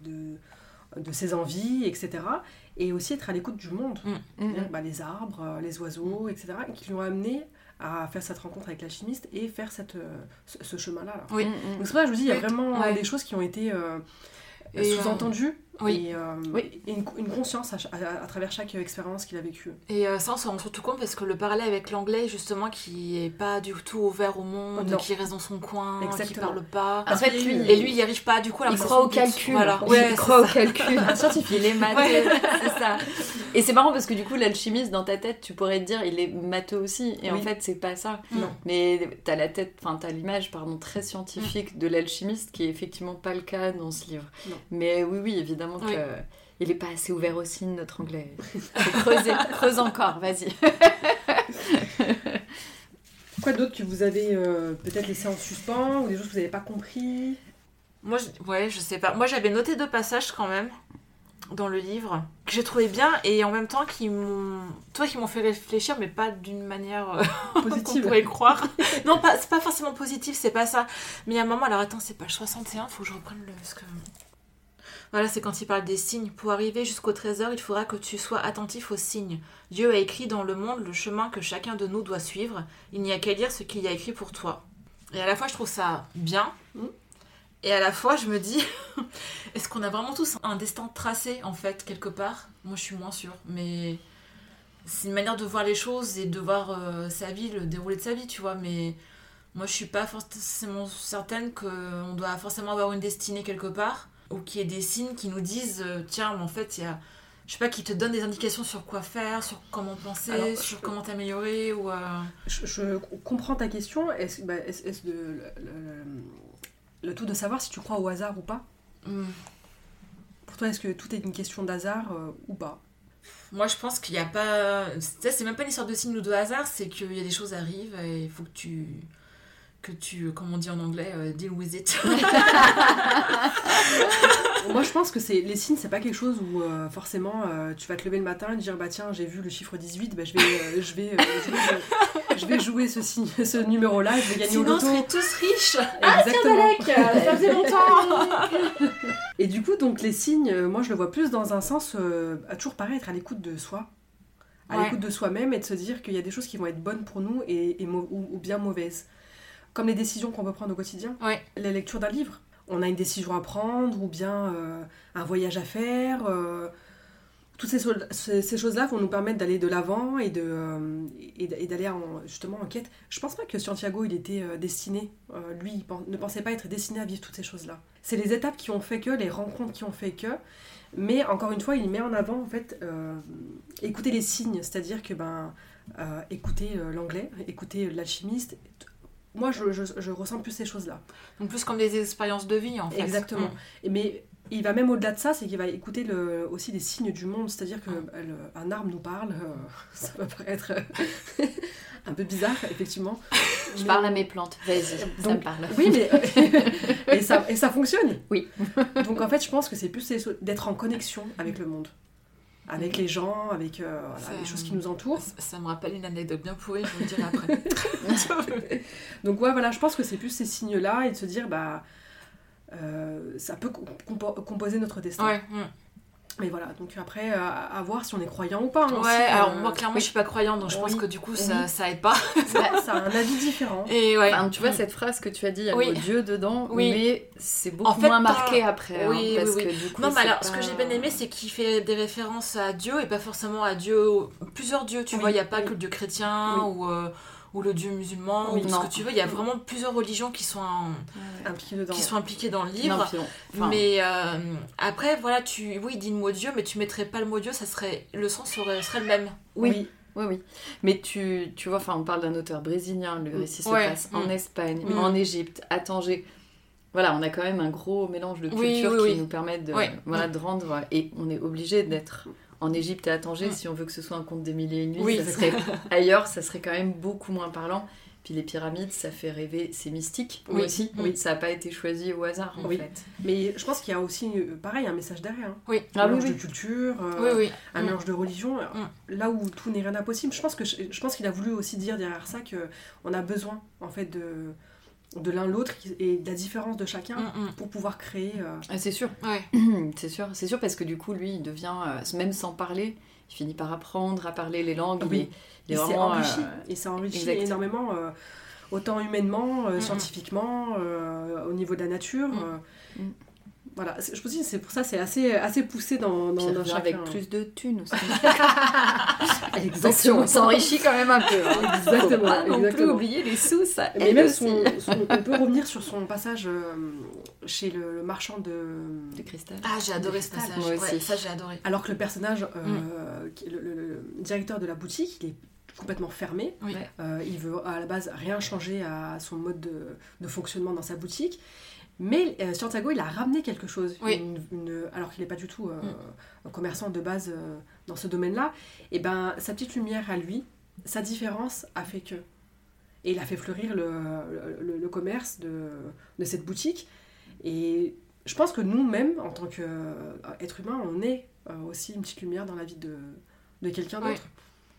de, de ses envies, et cetera. Et aussi être à l'écoute du monde. Mm. Donc, bah, les arbres, euh, les oiseaux, et cetera. Et qui l'ont amené à faire cette rencontre avec l'alchimiste et faire cette, euh, ce, ce chemin-là. là. Oui. Mm, Donc mm. c'est pour ça que je vous dis, il y a Oui. vraiment Ouais. des choses qui ont été euh, Et, sous-entendues. oui. Et, euh, Oui. et une, une conscience à, ch- à- à travers chaque expérience qu'il a vécue. Et euh, ça, on s'en rend surtout compte parce que le parallèle avec l'anglais, justement, qui est pas du tout ouvert au monde, Non. qui reste dans son coin, qui Exactement. parle pas. En fait, lui, Et lui, il y arrive pas, du coup, il l'impression croit au que- calcul. Voilà. Oui, Ouais, il c'est croit au ça. calcul. Un scientifique, il est matheux, Ouais. c'est ça. Et c'est marrant parce que du coup, l'alchimiste, dans ta tête, tu pourrais te dire, il est matheux aussi. Et en Oui. fait, c'est pas ça. Non. Mais t'as la tête, enfin, t'as l'image, pardon, très scientifique de l'alchimiste qui est effectivement pas le cas dans ce livre. Non. Mais oui, oui, évidemment Oui. que. Il est pas assez ouvert aux signes, notre anglais. Faut creuser, creuse encore, vas-y. Quoi d'autre que vous avez euh, peut-être laissé en suspens ou des choses que vous n'avez pas compris? Moi, je... ouais, je sais pas. Moi, j'avais noté deux passages quand même dans le livre que j'ai trouvé bien et en même temps qui m'ont, toi, qui m'ont fait réfléchir, mais pas d'une manière euh, qu'on Positive. pourrait croire. Non, pas, c'est pas forcément positif, c'est pas ça. Mais il y a un moment, alors attends, c'est page soixante et un, faut que je reprenne le. Parce que... Voilà, c'est quand il parle des signes. Pour arriver jusqu'au trésor, il faudra que tu sois attentif aux signes. Dieu a écrit dans le monde le chemin que chacun de nous doit suivre. Il n'y a qu'à lire ce qu'il y a écrit pour toi. Et à la fois, je trouve ça bien. Mm. Et à la fois, je me dis, est-ce qu'on a vraiment tous un destin tracé, en fait, quelque part? Moi, je suis moins sûre. Mais c'est une manière de voir les choses et de voir euh, sa vie, le déroulé de sa vie, tu vois. Mais moi, je suis pas forcément certaine qu'on doit forcément avoir une destinée quelque part. Ou qu'il y ait des signes qui nous disent, euh, tiens, mais en fait, il y a... Je sais pas, qui te donnent des indications sur quoi faire, sur comment penser, Alors, sur je- comment t'améliorer, ou... euh, Je, je comprends ta question. Est-ce bah, est, est de, le, le, le tout de savoir si tu crois au hasard ou pas? hmm. Pour toi, est-ce que tout est une question d'hasard euh, ou pas? Moi, je pense qu'il n'y a pas... C'est c'est même pas une histoire de signe ou de hasard, c'est qu'il y a des choses arrivent et il faut que tu... Que tu, comme on dit en anglais, euh, deal with it. Moi, je pense que c'est les signes, c'est pas quelque chose où euh, forcément euh, tu vas te lever le matin et dire bah tiens, j'ai vu le chiffre dix-huit, bah, je vais, euh, je vais, euh, jouer, euh, je vais jouer ce, signe, ce numéro-là, je vais gagner au Sinon, on loto. serait tous riches. Exactement. Ça faisait longtemps. Et du coup, donc les signes, euh, moi je le vois plus dans un sens euh, à toujours pareil, être à l'écoute de soi, à Ouais. l'écoute de soi-même et de se dire qu'il y a des choses qui vont être bonnes pour nous et, et mau- ou, ou bien mauvaises. Comme les décisions qu'on peut prendre au quotidien. Ouais. La lecture d'un livre. On a une décision à prendre ou bien euh, un voyage à faire. euh, toutes ces, so- ces, ces choses-là vont nous permettre d'aller de l'avant et, de, euh, et, d- et d'aller en, justement en quête. Je pense pas que Santiago il était euh, destiné, euh, lui il pen- ne pensait pas être destiné à vivre toutes ces choses-là. C'est les étapes qui ont fait que, les rencontres qui ont fait que, mais encore une fois il met en avant en fait euh, écouter les signes, c'est-à-dire que ben euh, écouter euh, l'anglais, écouter l'alchimiste. Moi je, je, je ressens plus ces choses-là. Donc plus comme des expériences de vie, en fait. Exactement. Mm. Et mais il va même au-delà de ça, c'est qu'il va écouter le, aussi les signes du monde, c'est-à-dire qu'un arbre nous parle, euh, ça va paraître euh, un peu bizarre, effectivement. Je Mais- parle à mes plantes, vas-y, ça Donc, me parle. Oui, mais et, ça, et ça fonctionne. Oui. Donc en fait, je pense que c'est plus ces- d'être en connexion avec le monde, avec les gens, avec euh, voilà, Ça- les choses qui nous entourent. Ça, ça me rappelle une anecdote bien pourrie, je vous le dirai après. Donc ouais, voilà, je pense que c'est plus ces signes-là et de se dire, bah, euh, ça peut compo- composer notre destin. Ouais. Mm. Mais voilà, donc après, à, à voir si on est croyant ou pas. Hein, Ouais, aussi, alors euh, moi clairement oui. je suis pas croyante, donc je Oui. pense que du coup ça, Oui. ça aide pas. ça, ça a un avis différent. Et ouais. Enfin, tu vois, Mm. cette phrase que tu as dit, il y a Oui. le mot Dieu dedans, Oui. mais c'est beaucoup En fait, moins dans- marqué après. Oui, hein, parce oui, oui. que du coup, Non, mais c'est alors, pas- ce que j'ai bien aimé, c'est qu'il fait des références à Dieu et pas forcément à Dieu, plusieurs dieux, tu Oui, vois. Il n'y a pas oui. que le dieu chrétien Oui. ou, euh, ou le dieu musulman Oui, ou non. ce que tu veux. Il y a vraiment plusieurs religions qui sont, en- Ouais. Impliqué dedans. qui sont impliquées dans le livre. Non, puis on- enfin, Mais euh, après, voilà, tu, oui, il dit le mot Dieu, mais tu mettrais pas le mot Dieu, ça serait, le sens serait, serait le même. oui. Oui, oui. Mais tu, tu vois, enfin, on parle d'un auteur brésilien, le récit se Ouais. passe Mm. en Espagne, Mm. en Égypte, à Tanger. Voilà, on a quand même un gros mélange de Oui, cultures oui, qui oui. nous permettent de, Ouais. voilà, Mm. de rendre... Et on est obligé d'être en Égypte et à Tanger Mm. si on veut que ce soit un conte des mille et une nuits. Oui. Ça serait... Ailleurs, ça serait quand même beaucoup moins parlant. Puis les pyramides, ça fait rêver, c'est mystique Oui. aussi. Oui. Ça n'a pas été choisi au hasard, en Oui. fait. Mais je pense qu'il y a aussi, euh, pareil, un message derrière. Hein. Oui. Un Ah oui, mélange oui. de culture, euh, Oui, oui. un Mm. mélange de religion. Là où tout n'est rien impossible, je pense que je, je pense qu'il a voulu aussi dire derrière ça que on a besoin en fait de de l'un l'autre et de la différence de chacun Mm, mm. pour pouvoir créer. euh, Ah, c'est sûr. Ouais. C'est sûr, c'est sûr parce que du coup, lui, il devient, euh, même sans parler, il finit par apprendre à parler les langues. Oui. Il est, il Il est s'est vraiment, enrichi, euh, et ça enrichit exact. énormément, euh, autant humainement, euh, Mm. scientifiquement, euh, au niveau de la nature. Mm. euh, Mm. Voilà, c'est- je me dis c'est pour ça c'est assez assez poussé dans puis dans, il dans revient chacun. avec plus de thunes aussi. Attention, Exactement. on s'enrichit quand même un peu. Hein. Exactement, Faut pas non plus exactement. oublier les sous, ça Mais aide même aussi. son, son- on peut revenir sur son passage euh, chez le, le marchand de. De cristal. Ah, j'ai adoré ce Cristal, passage. moi Ouais, aussi. ça, j'ai adoré. Alors que le personnage, euh, Mm. qui est le, le- le directeur de la boutique, il est complètement fermé. Oui. Ouais. Euh, il veut à la base rien changer à son mode de, de fonctionnement dans sa boutique. Mais euh, Santiago, il a ramené quelque chose. Oui. Une- une- alors qu'il n'est pas du tout euh, Mm. un commerçant de base euh, dans ce domaine-là. Et ben, sa petite lumière à lui, sa différence a fait que. Et il a fait fleurir le, le, le commerce de, de cette boutique. Et je pense que nous-mêmes, en tant qu'êtres humains, on est euh, aussi une petite lumière dans la vie de, de quelqu'un Oui. d'autre.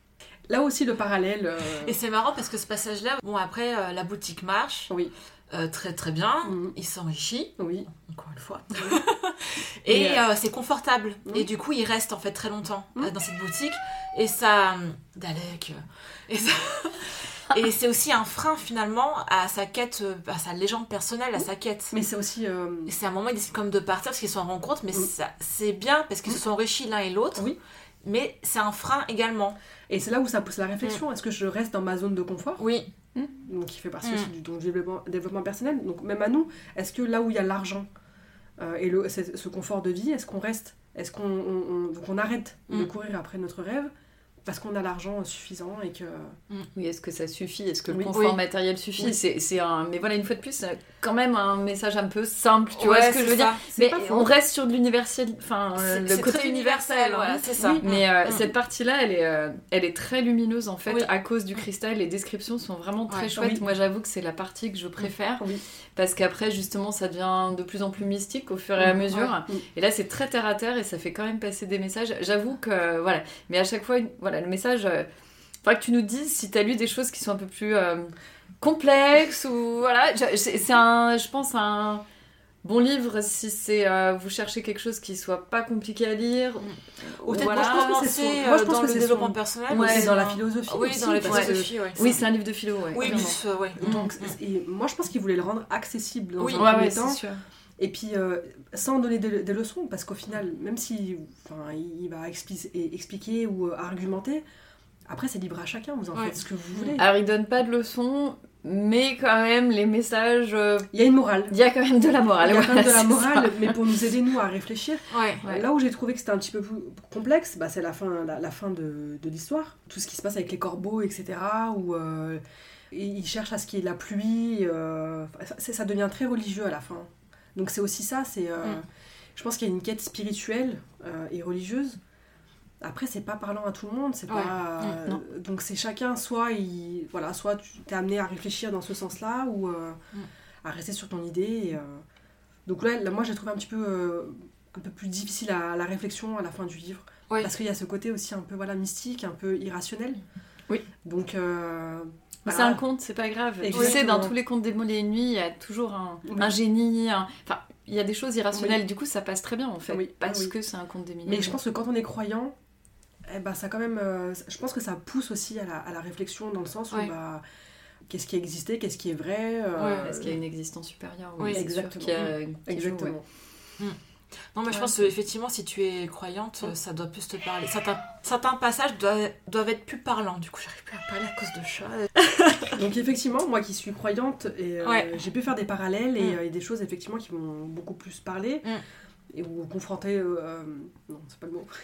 Là aussi, le parallèle. euh, Et c'est marrant parce que ce passage-là, bon, après, euh, la boutique marche Oui, euh, très très bien, Mhm. il s'enrichit, oui. encore une fois. Et Et, euh, c'est confortable. Mhm. Et du coup, il reste en fait très longtemps Mhm. euh, dans cette boutique. Et ça. Dalek. euh, Et, ça- et c'est aussi un frein finalement à sa quête, euh, à sa légende personnelle, à sa quête. Mais c'est aussi. euh, Et c'est un moment, ils décident comme de partir parce qu'ils sont en rencontre, mais Mhm. ça, c'est bien parce qu'ils se sont enrichis l'un et l'autre. Oui. Mais c'est un frein également. Et c'est là où ça pousse la réflexion. Est-ce que je reste dans ma zone de confort, Oui. donc qui fait partie Mm. aussi du donc, du développement, développement personnel. Donc même à nous, est-ce que là où il y a l'argent euh, et le, c'est- ce confort de vie, est-ce qu'on reste, est-ce qu'on on, on- donc on arrête de Mm. courir après notre rêve parce qu'on a l'argent suffisant et que Oui, est-ce que ça suffit? Est-ce que le Oui. confort Oui. matériel suffit? Oui. C'est, c'est un... Mais voilà, une fois de plus, c'est quand même un message un peu simple, tu Ouais, vois ce que c'est je veux ça. dire? C'est Mais pas faux. on reste sur de l'universel, enfin, euh, C'est- le c'est côté très universel. universel, hein. voilà, c'est ça. Oui. Mais euh, Mm. cette partie-là, elle est, euh, elle est très lumineuse en fait, Oui. à cause du cristal. Les descriptions sont vraiment très Ouais. chouettes. Oui. Moi, j'avoue que c'est la partie que je préfère oui. parce qu'après, justement, ça devient de plus en plus mystique au fur et à Mm. mesure. Ouais. Mm. Et là, c'est très terre à terre et ça fait quand même passer des messages. J'avoue que euh, voilà, mais à chaque fois, une- voilà, le message. Euh, faudra que tu nous dises si t'as lu des choses qui sont un peu plus euh, complexes ou voilà. Je- C'est c'est un, je pense, un bon livre si c'est euh, vous cherchez quelque chose qui soit pas compliqué à lire. Ou peut-être Voilà. moi, je pense que c'est Moi, je euh, pense dans que le c'est développement son- personnel. Ouais, ou c'est dans la dans- philosophie Oui, aussi, dans la parce que- philosophie, ouais. Oui, c'est un livre de philo, ouais. Oui, clairement. plus, euh, ouais. Donc, Mm. et moi, je pense qu'il voulait le rendre accessible dans Oui. un Ouais, premier ouais, temps. c'est sûr. Et puis, euh, sans donner des, des leçons, parce qu'au final, même si enfin, il va expli- et expliquer ou euh, argumenter, après, c'est libre à chacun, vous en Ouais. faites ce que vous voulez. Alors, il donne pas de leçons, mais quand même, les messages. euh, Il y a une morale. Il y a quand même de la morale. Il y a quand même de voilà, la c'est morale, ça. mais pour nous aider, nous, à réfléchir. Ouais. Ouais. Là où j'ai trouvé que c'était un petit peu plus complexe, bah, c'est la fin, la, la fin de, de l'histoire. Tout ce qui se passe avec les corbeaux, et cetera. Où euh, ils cherchent à ce qu'il y ait de la pluie. Euh, ça, c'est- ça devient très religieux à la fin. Donc c'est aussi ça. C'est, euh, Mm. Je pense qu'il y a une quête spirituelle euh, et religieuse. Après, c'est pas parlant à tout le monde. C'est Ouais. pas, Mm, non. donc c'est chacun, soit, il, voilà, soit tu t'es amené à réfléchir dans ce sens-là ou euh, Mm. à rester sur ton idée. Et, euh, donc là, là, moi, j'ai trouvé un petit peu, euh, un peu plus difficile à la réflexion à la fin du livre. Ouais. Parce qu'il y a ce côté aussi un peu voilà, mystique, un peu irrationnel. Oui. Donc, euh, Mais voilà. c'est un conte, c'est pas grave. Tu Exactement. sais, dans tous les contes des mots et nuits, il y a toujours un, Oui. un génie, un... enfin, il y a des choses irrationnelles, oui. Du coup ça passe très bien en fait, oui. parce oui. que c'est un conte des millions. Mais je pense que quand on est croyant, eh ben, ça quand même, euh, je pense que ça pousse aussi à la, à la réflexion dans le sens où... Ouais. Bah, qu'est-ce qui a existé, qu'est-ce qui est vrai euh... ouais, est-ce qu'il y a une existence supérieure? Oui, exactement. Qui a, qui exactement. Joue, ouais. mm. Non, mais ouais. je pense qu'effectivement, si tu es croyante, ça doit plus te parler. Certains, certains passages doivent, doivent être plus parlants. Du coup, j'arrive plus à parler à cause de chat. Donc, effectivement, moi qui suis croyante, et, euh, ouais. j'ai pu faire des parallèles et, mm. euh, et des choses effectivement qui m'ont beaucoup plus parlé. Mm. Et ou confronté, euh, non, c'est pas le mot,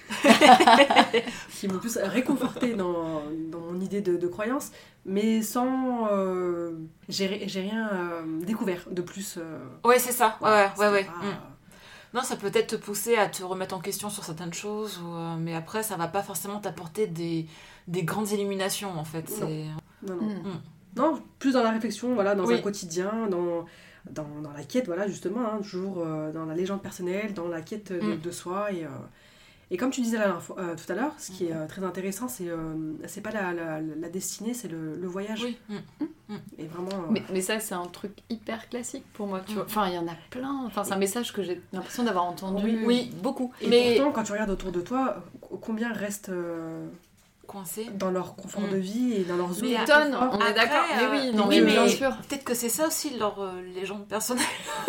qui m'ont plus réconforté dans, dans mon idée de, de croyance, mais sans. Euh, j'ai, j'ai rien euh, découvert de plus. Euh, ouais, c'est ça. Ouais, ouais, ouais. Pas, mm. Non, ça peut peut-être te pousser à te remettre en question sur certaines choses, ou, euh, mais après, ça va pas forcément t'apporter des, des grandes illuminations, en fait. Non. C'est... Non, non. Mm. Mm. Non, plus dans la réflexion, voilà, dans oui. un quotidien, dans. Dans, dans la quête, voilà, justement, hein, toujours euh, dans la légende personnelle, dans la quête de, mm. de soi. Et, euh, et comme tu disais la dernière fois, euh, tout à l'heure, ce qui est euh, très intéressant, c'est, euh, c'est pas la, la, la destinée, c'est le, le voyage. Oui. Mm. Mm. Et vraiment... Euh... Mais, mais ça, c'est un truc hyper classique pour moi, tu vois. Enfin, il y en a plein. Enfin, c'est un message que j'ai l'impression d'avoir entendu oui, oui. beaucoup. Et mais... pourtant, quand tu regardes autour de toi, combien restent... Euh... coincés dans leur confort mmh. de vie et dans leurs zone. Tonnes, on Après, est d'accord. Euh, mais oui, non, oui, mais, mais bien sûr. Peut-être que c'est ça aussi leur euh, légende personnelle.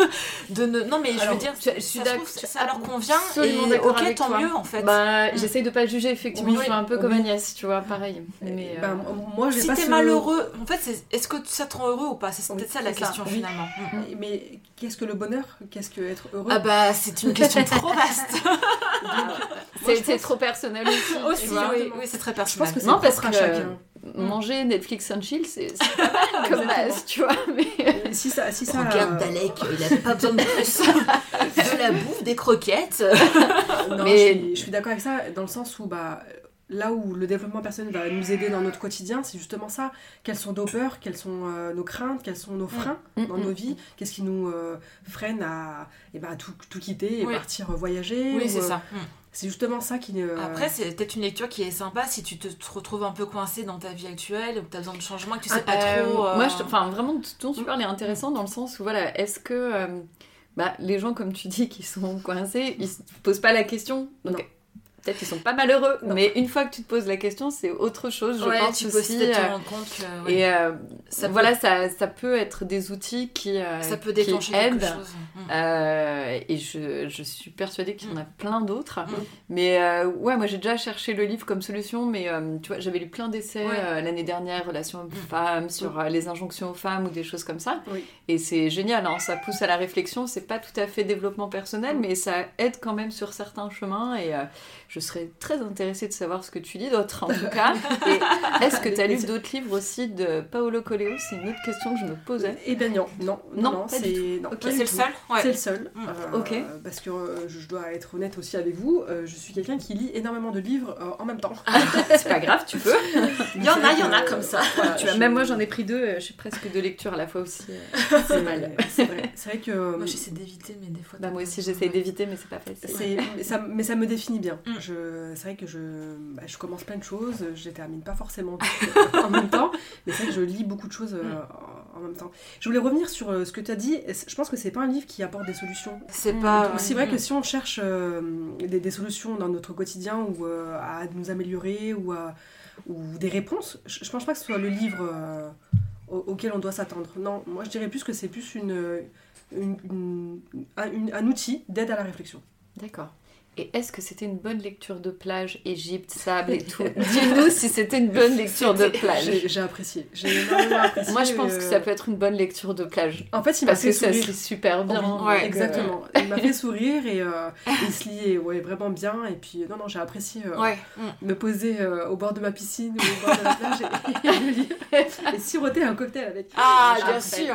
de ne... Non, mais je Alors, veux dire, je, je suis d'accord. Ça, ça leur convient. Absolument et d'accord ok, avec tant toi. mieux en fait. Bah, mmh. j'essaye de pas juger effectivement. Oui, je suis un peu oui. comme Agnès, tu vois, pareil. Mais bah, euh... moi, j'ai si pas t'es ce... malheureux, en fait, c'est... est-ce que ça te rend heureux ou pas? C'est oui, peut-être ça la question ça. finalement. Oui. Mmh. Mais qu'est-ce que le bonheur? Qu'est-ce que être heureux? Ah bah, c'est une question trop vaste. Donc, c'est, c'est pense... trop personnel aussi. aussi oui, oui, oui, c'est très personnel. Je pense que c'est non, parce à que chacun. Manger Netflix and chill, c'est, c'est pas mal comme base, tu vois. Mais... Si ça, si ça, regarde Dalek, il a pas besoin de plus. De la bouffe, des croquettes. Non, mais... je, suis, je suis d'accord avec ça, dans le sens où bah, là où le développement personnel va nous aider dans notre quotidien, c'est justement ça. Quelles sont nos peurs, quelles sont euh, nos craintes, quels sont nos freins mmh. dans mmh. nos vies, qu'est-ce qui nous euh, freine à, et bah, à tout, tout quitter et oui. partir voyager. Oui, ou, c'est euh, ça. Mmh. C'est justement ça qui... Euh... Après, c'est peut-être une lecture qui est sympa si tu te, te retrouves un peu coincé dans ta vie actuelle ou que tu as besoin de changement et que tu sais pas euh, trop... Euh... Moi, je, enfin, vraiment, ton super est intéressant dans le sens où, voilà, est-ce que euh, bah, les gens, comme tu dis, qui sont coincés, ils se posent pas la question. Donc, non. Peut-être qu'ils sont pas malheureux, non. Mais une fois que tu te poses la question, c'est autre chose, je ouais, pense tu aussi. peux aussi te euh, rendre compte que... Ouais. Et euh, ça voilà, peut... ça, ça peut être des outils qui, euh, ça peut déclencher qui aident. quelque chose. Euh, et je, je suis persuadée qu'il y en a plein d'autres. Mm. Mais euh, ouais, moi j'ai déjà cherché le livre comme solution, mais euh, tu vois, j'avais lu plein d'essais ouais. euh, l'année dernière, relations hommes-femmes, mm. sur euh, les injonctions aux femmes ou des choses comme ça. Oui. Et c'est génial, hein, ça pousse à la réflexion, c'est pas tout à fait développement personnel, mm. mais ça aide quand même sur certains chemins. Et euh, je serais très intéressée de savoir ce que tu lis d'autres, en tout cas. Et est-ce que tu as lu d'autres livres aussi de Paolo Coelho? C'est une autre question que je me posais. Eh bien non, non, non, non, c'est... Non, okay, c'est le seul ouais. C'est le seul. Mmh. Euh, ok. Parce que euh, je dois être honnête aussi avec vous, euh, je suis quelqu'un qui lit énormément de livres euh, en même temps. C'est pas grave, tu peux. Il y en a, il y en a comme ça. Voilà, tu vois, je... Même moi j'en ai pris deux, je suis presque deux lectures à la fois aussi. C'est mal. C'est vrai. C'est vrai que... Moi j'essaie d'éviter, mais des fois... Bah, moi aussi j'essaie d'éviter, mais c'est pas facile. C'est... Mais, ça, mais ça me définit bien. Mm. Je... C'est vrai que je... Bah, je commence plein de choses, je les termine pas forcément en même temps, mais c'est vrai que je lis beaucoup de choses euh, en même temps. Je voulais revenir sur euh, ce que tu as dit. Je pense que c'est pas un livre qui apporte des solutions. C'est pas. Donc, c'est vrai que si on cherche euh, des, des solutions dans notre quotidien ou euh, à nous améliorer ou, à, ou des réponses, je, je pense pas que ce soit le livre euh, au, auquel on doit s'attendre. Non, moi je dirais plus que c'est plus une, une, une, un, une, un outil d'aide à la réflexion. D'accord. Et est-ce que c'était une bonne lecture de plage, Égypte, sable et tout? Dis-nous si c'était une bonne lecture de plage. J'ai, j'ai apprécié. J'ai énormément apprécié. Moi, je pense euh... que ça peut être une bonne lecture de plage. En fait, il m'a Parce fait que sourire. ça se lit super bien. Oh, ouais, exactement. Euh... Il m'a fait sourire et euh, il se lit ouais, vraiment bien. Et puis, non, non, j'ai apprécié euh, ouais. me poser euh, au bord de ma piscine ou au bord de la plage et, et le lire. Et siroter un cocktail avec. Ah, bien sûr.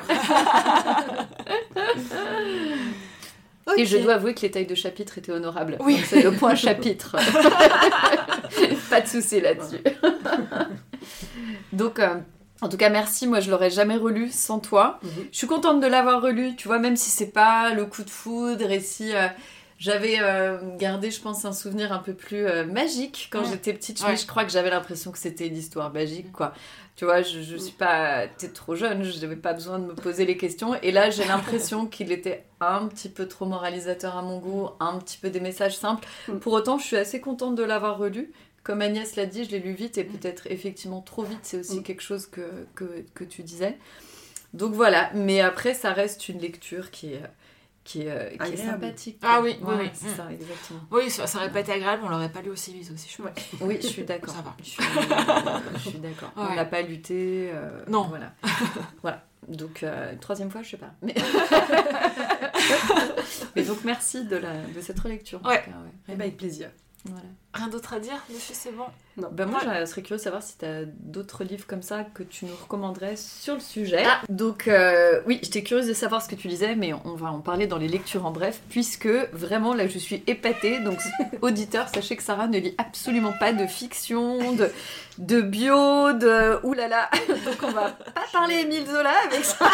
Okay. Et je dois avouer que les tailles de chapitres étaient honorables. Oui. Donc c'est le point chapitre. Pas de souci là-dessus. Donc, euh, en tout cas, merci. Moi, je l'aurais jamais relu sans toi. Mm-hmm. Je suis contente de l'avoir relu, tu vois, même si c'est pas le coup de foudre et si... Euh, J'avais euh, gardé, je pense, un souvenir un peu plus euh, magique quand Mmh. j'étais petite. Ouais. Mais je crois que j'avais l'impression que c'était une histoire magique, quoi. Tu vois, je, je suis pas... T'es trop jeune, je n'avais pas besoin de me poser les questions. Et là, j'ai l'impression qu'il était un petit peu trop moralisateur à mon goût, un petit peu des messages simples. Mm. Pour autant, je suis assez contente de l'avoir relu. Comme Agnès l'a dit, je l'ai lu vite et peut-être effectivement trop vite. C'est aussi Mm. quelque chose que, que, que tu disais. Donc voilà, mais après, ça reste une lecture qui est... qui est, euh, qui est Agréable. sympathique. Ah oui, oui, Ouais, oui. c'est Mm. ça, exactement. Oui, ça, ça aurait pas été agréable, on l'aurait pas lu aussi vite aussi, je pense. Oui, je suis d'accord. Ça va. Je suis, je suis d'accord. Ouais. On n'a pas lutté. euh, Non. Voilà. voilà. Donc, euh, une troisième fois, je sais pas. Mais, Mais donc, merci de, la, de cette relecture. en Ouais. tout cas, ouais. Eh ben, avec plaisir. Voilà. Rien d'autre à dire, monsieur, c'est bon. Ben moi, Ouais. je serais curieuse de savoir si tu as d'autres livres comme ça que tu nous recommanderais sur le sujet. Ah. Donc, euh, oui, j'étais curieuse de savoir ce que tu lisais, mais on va en parler dans les lectures en bref, puisque vraiment, là, je suis épatée. Donc, auditeurs, sachez que Sarah ne lit absolument pas de fiction, de, de bio, de... oulala. Donc, on va pas parler Émile Zola avec ça.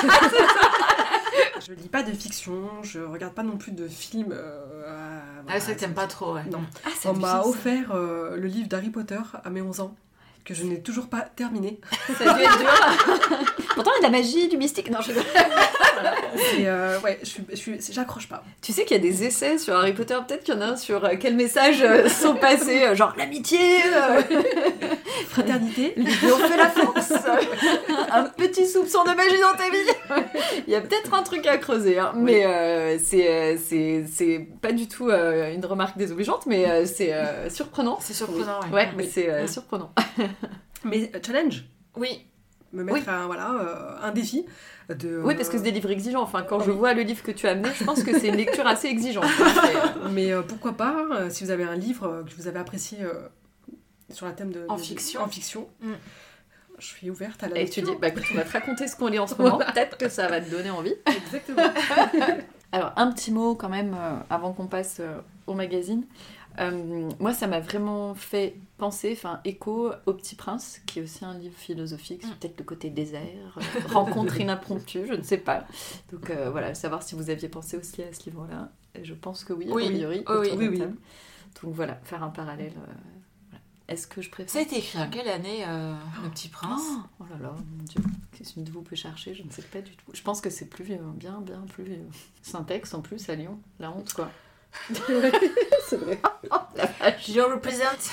Je lis pas de fiction, je regarde pas non plus de films. Euh, à- Ah, c'est vrai que t'aimes pas trop, ouais. Non. Ah, c'est On m'a difficile, offert euh, le livre d'Harry Potter à mes onze ans, que je n'ai toujours pas terminé. ça. Ça a dû être dur. Pourtant, il y a de la magie, du mystique. Non, je... Et euh, ouais, je suis, je suis, j'accroche pas. Tu sais qu'il y a des essais sur Harry Potter, peut-être qu'il y en a un sur euh, quels messages euh, sont passés, euh, genre l'amitié, euh, Fraternité. l'union fait la force, un petit soupçon de magie dans ta vie. Il y a peut-être un truc à creuser, hein, mais euh, c'est, euh, c'est, c'est pas du tout euh, une remarque désobligeante, mais euh, c'est euh, surprenant. C'est surprenant, ouais. Ouais, mais c'est euh, Mm. surprenant. Mais euh, challenge, Oui, me mettre un, voilà, euh, un défi de... Oui, parce que c'est des livres exigeants. Enfin, quand je Oui. vois le livre que tu as amené, je pense que c'est une lecture assez exigeante. Mais euh, pourquoi pas, euh, si vous avez un livre euh, que vous avez apprécié euh, sur la thème de... En de- fiction. En fiction. Mm. Je suis ouverte à la Et tu lecture. dis, bah écoute, on va te raconter ce qu'on lit en ce moment. Peut-être que ça va te donner envie. Exactement. Alors, un petit mot quand même, euh, avant qu'on passe euh, au magazine. Euh, moi, ça m'a vraiment fait penser, enfin, écho au Petit Prince, qui est aussi un livre philosophique, sur peut-être le côté désert, euh, rencontre impromptue, je ne sais pas. Donc euh, voilà, savoir si vous aviez pensé aussi à ce livre-là. Et je pense que oui, Oui. a priori, Oh, oui. autour de la Oui, oui. table. Donc voilà, faire un parallèle. euh, voilà. Est-ce que je préfère... ça a été écrit en quelle année, euh, Le Petit Prince? Oh, oh là là, mon Dieu, qu'est-ce que vous peut chercher? Je ne sais pas du tout. Je pense que c'est plus vieux, hein, bien, bien plus vieux. Syntex en plus à Lyon, la honte quoi. C'est vrai. Oh, la vache. Je représente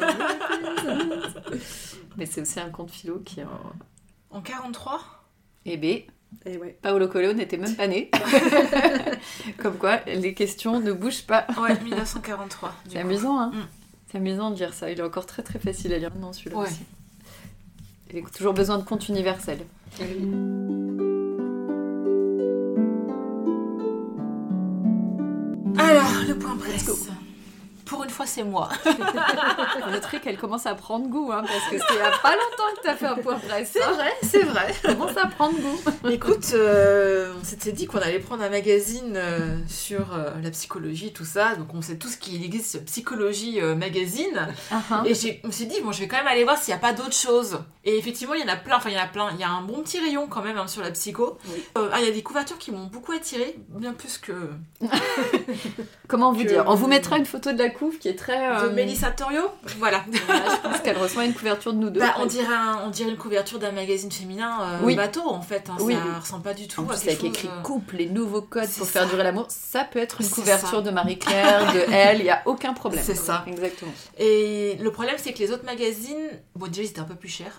Mais c'est aussi un conte philo qui est en... en quarante-trois. Eh bien, Et ouais. Paolo Coelho n'était même pas né. Comme quoi, les questions ne bougent pas. Ouais, mille neuf cent quarante-trois. du C'est coup. amusant, hein. Mm. C'est amusant de lire ça. Il est encore très très facile à lire. Non, celui-là Ouais. aussi. Il a toujours besoin de contes universels. Alors, le point presse. Pour une fois, c'est moi. Vous noterez qu'elle commence à prendre goût, hein, parce que c'est il y a pas longtemps que t'as fait un point presse. C'est vrai, c'est vrai. Elle commence à prendre goût. Écoute, euh, on s'était dit qu'on allait prendre un magazine euh, sur euh, la psychologie, tout ça. Donc on sait tous qu'il existe Psychologie euh, Magazine. Uh-huh. Et j'ai- je me suis dit, bon, je vais quand même aller voir s'il n'y a pas d'autres choses. Et effectivement, il y en a plein. Enfin, il y en a plein. Il y a un bon petit rayon quand même hein, sur la psycho. Oui. Euh, ah, il y a des couvertures qui m'ont beaucoup attirée, bien plus que Comment vous Que- dire? On vous mettra une photo de la couve qui est très... euh, de Mélissa Torio. Voilà. voilà, je pense qu'elle reçoit une couverture de nous deux. Bah, on, dirait un- on dirait une couverture d'un magazine féminin euh, Oui. bateau en fait. Hein. Oui. Ça ressemble pas du tout En à plus, quelque avec chose, écrit euh, couple, les nouveaux codes C'est pour ça. faire durer l'amour, ça peut être une C'est couverture ça. de Marie-Claire, de elle, il n'y a aucun problème. C'est ça. Exactement. Et le problème, c'est que les autres magazines, bon, déjà, ils étaient un peu plus chers.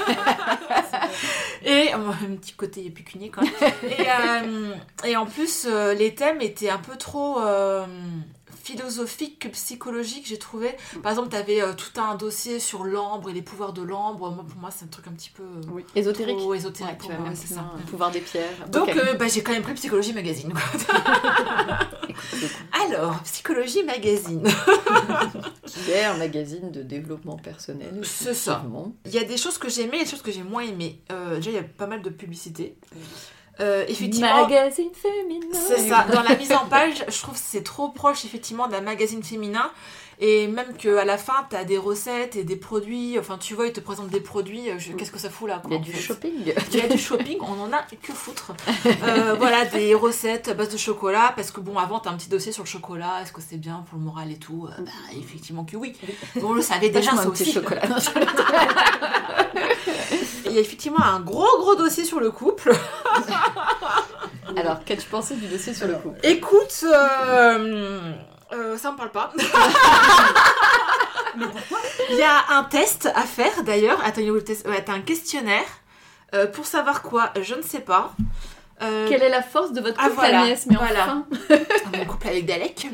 Et euh, un petit côté pécunier quand même. Et, euh, et en plus, euh, les thèmes étaient un peu trop euh, philosophiques que psychologiques, j'ai trouvé. Par exemple, tu avais tout un dossier sur l'ambre et les pouvoirs de l'ambre. Moi, pour moi, c'est un truc un petit peu euh, Oui. Ésotérique. trop ésotérique Ouais, tu pour vas moi. même C'est plus ça. loin, le pouvoir des pierres. Donc, Ok. euh, bah, j'ai quand même pris Psychologie Magazine. quoi. Écoute, Alors, Psychologie Magazine. qui est un magazine de développement personnel. C'est ça. effectivement. Il y a des choses que j'ai aimées et des choses que j'ai moins aimées. Euh, déjà, il y a pas mal de publicité. Euh, effectivement, Magazine féminin. c'est ça. Dans la mise en page, je trouve que c'est trop proche effectivement d'un magazine féminin. Et même qu'à la fin, t'as des recettes et des produits. Enfin, tu vois, ils te présentent des produits. Je... Qu'est-ce que ça fout là, quoi, Il y a en du fait. shopping. Il y a du shopping, on en a que foutre. Euh, voilà, des recettes à base de chocolat. Parce que bon, avant, t'as un petit dossier sur le chocolat. Est-ce que c'est bien pour le moral et tout? euh, Bah, effectivement que oui. On le savait déjà, ça aussi. Chocolat. Il y a effectivement un gros, gros dossier sur le couple. Alors, qu'as-tu pensé du dossier sur le couple? Écoute, euh, euh, ça me parle pas. Mais pourquoi? Il y a un test à faire d'ailleurs. Attends, il y a où le test? Ouais, t'as un questionnaire. Euh, pour savoir quoi? Je ne sais pas. Euh... Quelle est la force de votre Ah, couple, voilà, Agnès? Mais voilà. enfin. Mon couple avec Dalek.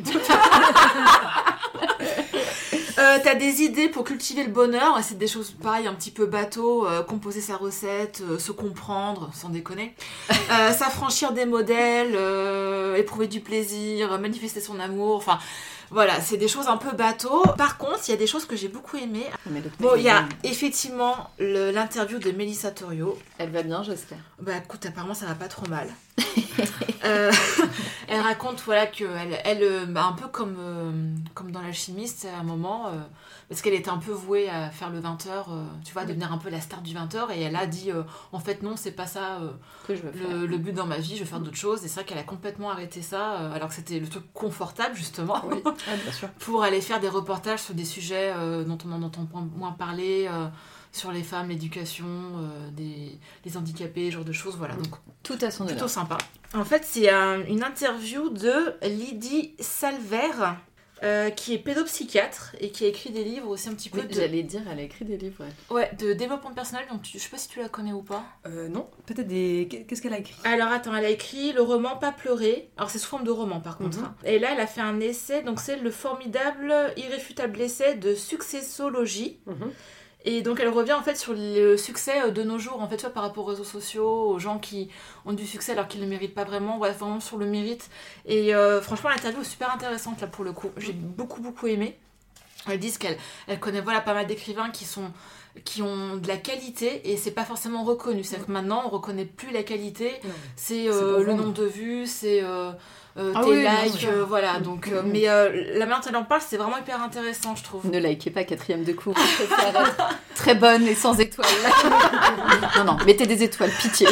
Euh, t'as des idées pour cultiver le bonheur, c'est des choses pareilles, un petit peu bateau, euh, composer sa recette, euh, se comprendre, sans déconner, euh, s'affranchir des modèles, euh, éprouver du plaisir, manifester son amour, enfin voilà, c'est des choses un peu bateau. Par contre, il y a des choses que j'ai beaucoup aimées. Bon, il y a effectivement le, l'interview de Mélissa Torio. Elle va bien, j'espère. Bah écoute, apparemment ça va pas trop mal. euh, elle raconte voilà qu'elle, elle, bah, un peu comme, euh, comme dans L'Alchimiste à un moment, euh, parce qu'elle était un peu vouée à faire le vingt heures, euh, tu vois, devenir un peu la star du vingt heures, et elle a dit euh, en fait non, c'est pas ça euh, que je veux faire. Le, le but dans ma vie, je veux faire d'autres choses. Et c'est vrai qu'elle a complètement arrêté ça, euh, alors que c'était le truc confortable justement. Oui, ah, bien sûr. Pour aller faire des reportages sur des sujets euh, dont on en entend moins parler, euh, sur les femmes, l'éducation, euh, des, les handicapés, ce genre de choses, voilà. Donc, tout à son honneur. Plutôt sympa. En fait, c'est un, une interview de Lydie Salver, euh, qui est pédopsychiatre et qui a écrit des livres aussi un petit peu Oui, de... J'allais dire, elle a écrit des livres. Ouais, ouais de développement personnel, donc tu, je sais pas si tu la connais ou pas. Euh, non, peut-être des... Qu'est-ce qu'elle a écrit? Alors attends, elle a écrit le roman Pas pleurer. Alors c'est sous forme de roman par contre. Mm-hmm. Hein. Et là, elle a fait un essai, donc c'est le formidable, irréfutable essai de successologie. Mm-hmm. Et donc elle revient en fait sur le succès de nos jours, en fait, tu vois, par rapport aux réseaux sociaux, aux gens qui ont du succès alors qu'ils ne le méritent pas vraiment, ouais, vraiment sur le mérite. Et euh, franchement, l'interview est super intéressante là pour le coup. J'ai beaucoup beaucoup aimé. Elles disent qu'elle elle connaît voilà, pas mal d'écrivains qui sont... qui ont de la qualité et c'est pas forcément reconnu. C'est-à-dire que maintenant on reconnaît plus la qualité, non. c'est, euh, c'est le nombre de vues, c'est euh, euh, ah tes oui, likes, euh, voilà. Mmh. Donc, euh, mmh. Mais euh, la manière dont elle en parle, c'est vraiment hyper intéressant, je trouve. Ne likez pas quatrième de cours, très bonne et sans étoiles. non, non, mettez des étoiles, pitié.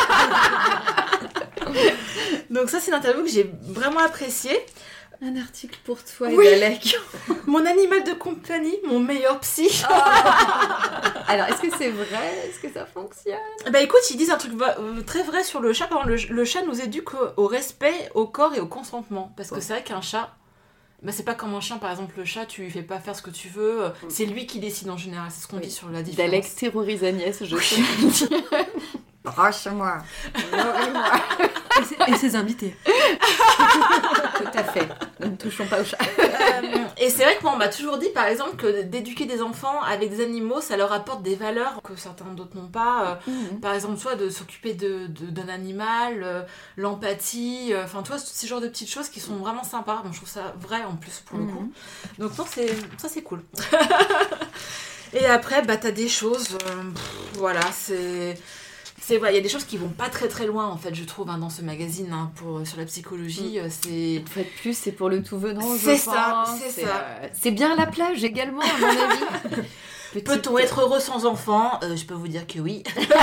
Donc ça, c'est une interview que j'ai vraiment appréciée. Un article pour toi, oui. Dalek. Mon animal de compagnie, mon meilleur psy. Oh. Alors, est-ce que c'est vrai? Est-ce que ça fonctionne? Bah écoute, ils disent un truc très vrai sur le chat. Par exemple, le, le chat nous éduque au, au respect, au corps et au consentement. Parce que oh. c'est vrai qu'un chat, bah c'est pas comme un chien, par exemple, le chat, tu lui fais pas faire ce que tu veux. Mm. C'est lui qui décide en général. C'est ce qu'on oui. dit sur la différence. Dalek terrorise Agnès, je sais. Broche-moi. Nourris-moi. Et, ses, et ses invités. Tout à fait. Ne touchons pas au chat. Euh, et c'est vrai que moi, on m'a toujours dit, par exemple, que d'éduquer des enfants avec des animaux, ça leur apporte des valeurs que certains d'autres n'ont pas. Euh, mmh. Par exemple, soit de s'occuper de, de, d'un animal, euh, l'empathie, enfin, euh, tu vois, ces genres de petites choses qui sont vraiment sympas. Bon, je trouve ça vrai, en plus, pour mmh. le coup. Donc, non, c'est, ça, c'est cool. Et après, bah, t'as des choses... Euh, pff, voilà, c'est... Il voilà, y a des choses qui vont pas très très loin en fait, je trouve, hein, dans ce magazine hein, pour, sur la psychologie. Mm. C'est... Une fois de plus, c'est pour le tout venant, je c'est ça, pense. C'est, c'est ça. Euh, c'est bien la plage également, à mon avis. Petite... Peut-on être heureux sans enfant? euh, Je peux vous dire que oui.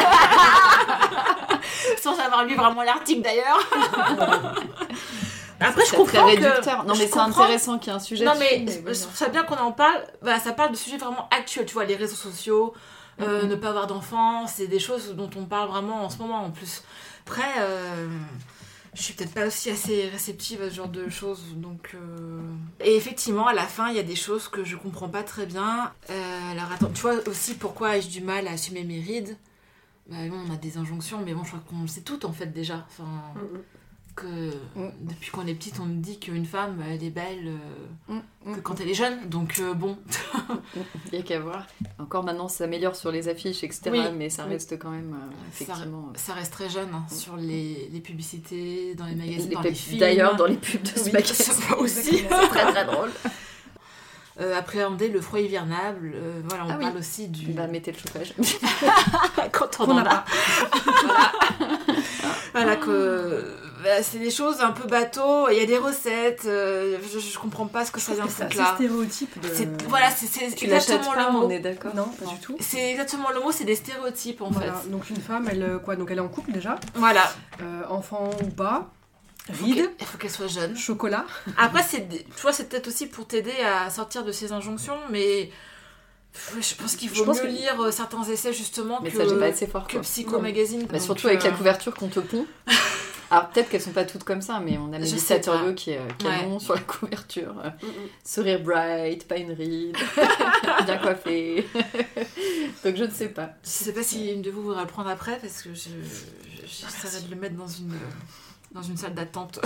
Sans avoir lu vraiment l'article d'ailleurs. Après, c'est je comprends très réducteur. Que... Non, mais je c'est comprends... intéressant qu'il y ait un sujet. Non, mais, dessus, mais je trouve ça bien qu'on en parle. Bah, ça parle de sujets vraiment actuels, tu vois, les réseaux sociaux. Euh, mm-hmm. Ne pas avoir d'enfants, c'est des choses dont on parle vraiment en ce moment en plus. Après, euh, je suis peut-être pas aussi assez réceptive à ce genre de choses. Donc, euh... Et effectivement, à la fin, il y a des choses que je comprends pas très bien. Euh, alors attends, tu vois aussi pourquoi ai-je du mal à assumer mes rides? Bah, bon, on a des injonctions, mais bon, je crois qu'on le sait toutes en fait déjà. Enfin, mm-hmm. que mm. depuis qu'on est petite, on nous dit qu'une femme, elle est belle euh, mm. que quand elle est jeune. Donc euh, bon. Il y a qu'à voir. Encore maintenant, ça s'améliore sur les affiches, et cetera. Oui. Mais ça reste oui. quand même, euh, effectivement... Ça, ça reste très jeune, hein, mm. sur les, les publicités, dans les magazines, les dans pub... les films. D'ailleurs, dans les pubs de ce oui, magazine. Ça aussi. C'est très très drôle. Euh, appréhender le froid hivernable, euh, voilà, on ah parle oui. aussi du... Bah, mettez le chauffage. Quand on, on en a. a. Voilà. Voilà, que bah, c'est des choses un peu bateau, il y a des recettes, euh, je, je comprends pas ce que ça vient C'est foutre assez là. stéréotype. De... C'est, voilà, c'est, c'est Tu l'achètes exactement pas, le mot. on est d'accord. Non, pas du tout. C'est exactement le mot, c'est des stéréotypes en Voilà, fait. donc une femme, elle, euh, quoi, donc elle est en couple déjà, Voilà. euh, enfant ou pas, Il faut ride, qu'elle- Il faut qu'elle soit jeune. chocolat. Après, c'est, des- tu vois, c'est peut-être aussi pour t'aider à sortir de ces injonctions, mais je pense qu'il Je faut pense mieux que- lire euh, certains essais justement Mais que, ça, j'ai pas assez fort, que quoi. Psycho Non. Magazine. Bah, Donc, surtout avec la euh, couverture qu'on te pond. Alors peut-être qu'elles sont pas toutes comme ça, mais on a Je Mélissa sais pas. Turgot qui est euh, canon sur la couverture. Euh, Sourire bright, pas une ride, bien coiffée. Donc je ne sais pas. Je sais pas si une de vous voudra le prendre après parce que je, je- j'essaierai de le mettre dans une, dans une salle d'attente.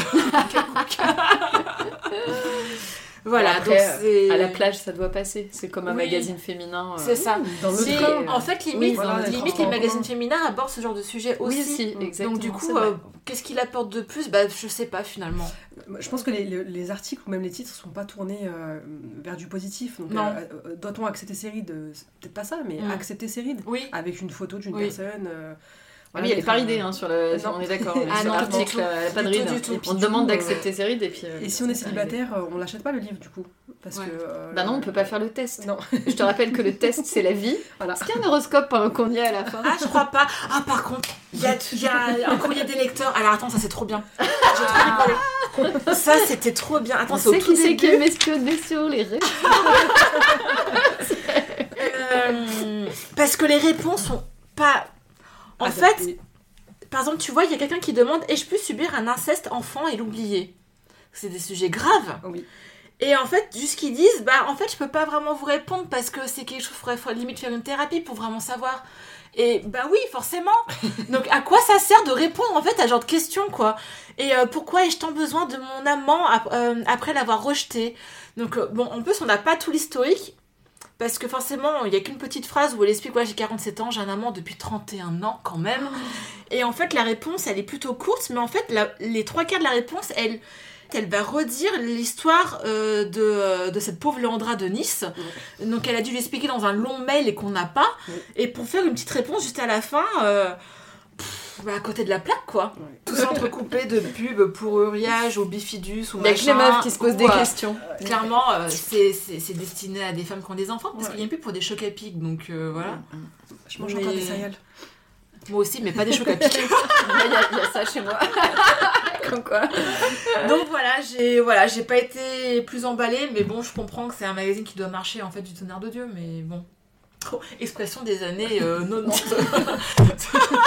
Voilà, Après, donc euh, c'est. À la plage, ça doit passer. C'est comme un Oui. magazine féminin. euh, C'est ça. Dans le Si, train. en fait, limite, Oui, voilà, limite d'accord. les magazines féminins abordent ce genre de sujet Oui, aussi. si, exactement. Donc du c'est coup, vrai. euh, qu'est-ce qu'il apporte de plus ? Bah, je sais pas finalement. Je pense que les, les- les articles ou même les titres sont pas tournés euh, vers du positif. Donc, Non. euh, euh, doit-on accepter ces rides ? C'est peut-être pas ça, mais Mm. accepter ces rides Oui. avec une photo d'une Oui. personne. euh, Ah voilà, oui, elle est mettre pas un- ridée hein, sur le. Non. On est d'accord. Ah sur non, l'article, du tout. elle a pas de Du tout, ride. du tout. Et puis, On te du demande coup, d'accepter ses rides et puis. euh, Et si on est c'est pas ridé. célibataire, euh, on l'achète pas le livre du coup. Parce Ouais. que. euh, Bah non, on peut pas faire le test. Non. Je te rappelle que le test, c'est la vie. Voilà. Est-ce qu'il y a un horoscope pendant qu'on y est à la fin Ah, je crois pas. Ah, par contre, il y a, il y a un courrier des lecteurs. Alors attends, ça c'est trop bien. J'ai trop rigolé. Ça c'était trop bien. Attends, On c'est au sait tout qui c'est qui début. m'espionner sur les réseaux. Euh, parce que les réponses sont pas. En Ah, fait, et- par exemple, tu vois, il y a quelqu'un qui demande Ai-je pu subir un inceste enfant et l'oublier ? C'est des sujets graves. Oui. Et en fait, juste qu'ils disent Bah, en fait, je peux pas vraiment vous répondre parce que c'est quelque chose, faudrait, faudrait limite faire une thérapie pour vraiment savoir. Et bah oui, forcément. Donc, à quoi ça sert de répondre en fait à ce genre de questions, quoi ? Et euh, pourquoi ai-je tant besoin de mon amant ap- euh, après l'avoir rejeté ? Donc, euh, bon, en plus, on n'a pas tout l'historique. Parce que forcément, il n'y a qu'une petite phrase où elle explique ouais, j'ai quarante-sept ans, j'ai un amant depuis trente et un ans quand même. Et en fait, la réponse, elle est plutôt courte, mais en fait, la- les trois quarts de la réponse, elle, elle va redire l'histoire euh, de, euh, de cette pauvre Léandra de Nice. Donc, elle a dû l'expliquer dans un long mail et qu'on n'a pas. Oui. Et pour faire une petite réponse juste à la fin, euh, pff, bah, à côté de la plaque, quoi. Ouais. Tout ça entrecoupé de pubs pour Uriage ou Bifidus ou Il y a que les machin. meufs qui se posent des Ouais. questions. Clairement, euh, c'est, c'est, c'est destiné à des femmes qui ont des enfants, parce Ouais. qu'il y a une pub pour des chocs à pic, donc euh, voilà. Je mange Mais- encore des céréales. Moi aussi, mais pas des chocs à pic. Il y, a- il y a ça chez moi. Comme quoi. Donc voilà, j'ai, voilà, j'ai pas été plus emballée, mais bon, je comprends que c'est un magazine qui doit marcher en fait du tonnerre de Dieu, mais bon. Oh, expression des années euh, quatre-vingt-dix.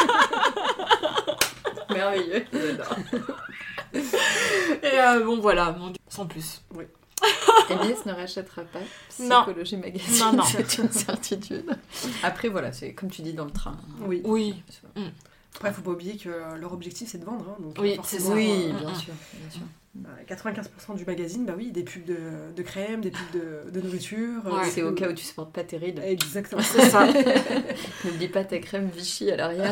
Merveilleux. J'adore. Et euh, bon, voilà, bon, sans plus. Agnès ne rachètera pas Non. Psychologie Magazine. Non, non. C'est une certitude. Après, voilà, c'est comme tu dis dans le train. Oui. Oui, Après, faut pas oublier que euh, leur objectif c'est de vendre. hein, donc, Oui, euh, c'est forcément, ça. Oui, euh, bien euh, sûr. Bien sûr. euh, quatre-vingt-quinze pour cent du magazine, bah oui, des pubs de, de crème, des pubs de, de nourriture. euh, Ouais. des C'est au pubs- cas où tu supportes pas tes rides. Exactement. c'est ça. N'oublie pas ta crème Vichy à l'arrière.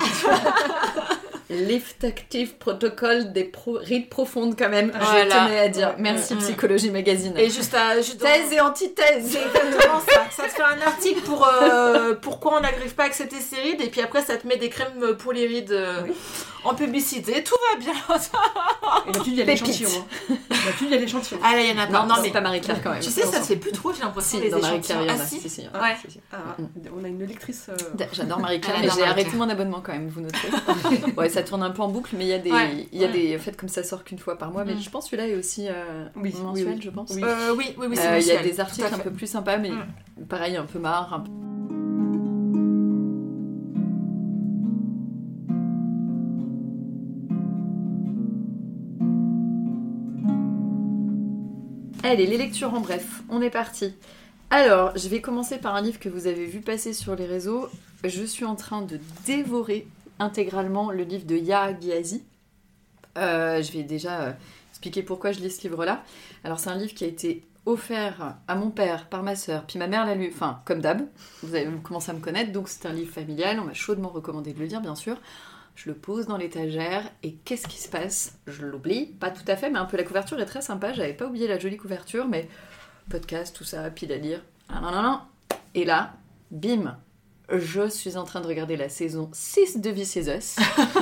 Lift Active Protocole des pro- rides profondes quand même. Voilà. Je tenais à dire. Ouais. Merci Mm, mm. Psychologie Magazine. Et juste à. Juste Thèse et antithèse. C'est exactement ça. Ça te fait un article pour euh, pourquoi on n'arrive pas à accepter ces rides, et puis après ça te met des crèmes pour les rides euh, Oui. en publicité. Tout va bien. Et d'habitude, il y a Pépite. l'échantillon. hein. D'habitude, il y a l'échantillon. Ah là, il y en a pas. Non, Non, c'est mais pas Marie-Claire quand même. tu sais, ça se fait plus trop, j'ai l'impression, Si, les dans Marie-Claire, échantillons. il y en Ah a. si. Si, si. Ouais. Si, si. Ah, on a une lectrice. euh, J'adore Marie-Claire, Elle mais adore j'ai arrêté Marie-Claire. mon abonnement quand même, vous notez. Ouais, ça tourne un peu en boucle, mais il y a des, Ouais, il y a ouais. des, en fait, comme ça sort qu'une fois par mois, mais Mhm. je pense que celui-là est aussi euh, Oui, mensuel, oui, oui. je pense. Oui. Euh, oui, oui, oui, c'est Euh, Il y a mensuel. des Tout à articles un fait. peu plus sympas, mais Mm. pareil, un peu marre. un peu- Allez, les lectures en bref, on est parti. Alors, je vais commencer par un livre que vous avez vu passer sur les réseaux. Je suis en train de dévorer intégralement le livre de Yaa Gyasi. Euh, je vais déjà euh, expliquer pourquoi je lis ce livre-là. Alors, c'est un livre qui a été offert à mon père par ma sœur, puis ma mère l'a lu, enfin, comme d'hab, vous avez commencé à me connaître, donc c'est un livre familial, on m'a chaudement recommandé de le lire, bien sûr. Je le pose dans l'étagère, et qu'est-ce qui se passe ? Je l'oublie, pas tout à fait, mais un peu la couverture est très sympa, j'avais pas oublié la jolie couverture, mais podcast, tout ça, pile à lire, ah non, non, non. Et là, bim, je suis en train de regarder la saison six de This Is Us.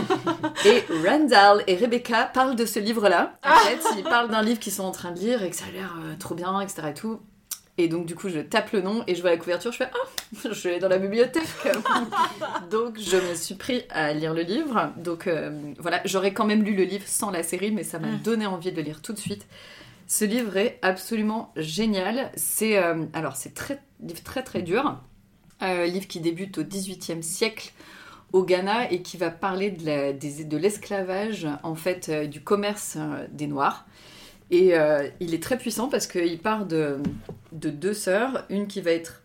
Et Randall et Rebecca parlent de ce livre-là. En fait, ils parlent d'un livre qu'ils sont en train de lire et que ça a l'air euh, trop bien, et cetera et tout. Et donc, du coup, je tape le nom et je vois la couverture, je fais « Ah, je vais dans la bibliothèque !» Donc, je me suis pris à lire le livre. Donc, euh, voilà, j'aurais quand même lu le livre sans la série, mais ça m'a mmh. donné envie de le lire tout de suite. Ce livre est absolument génial. C'est, euh, alors, c'est très, livre très, très dur. Euh, livre qui débute au dix-huitième siècle au Ghana et qui va parler de, la, des, de l'esclavage, en fait, euh, du commerce euh, des Noirs. Et euh, il est très puissant parce qu'il part de, de deux sœurs, une qui va être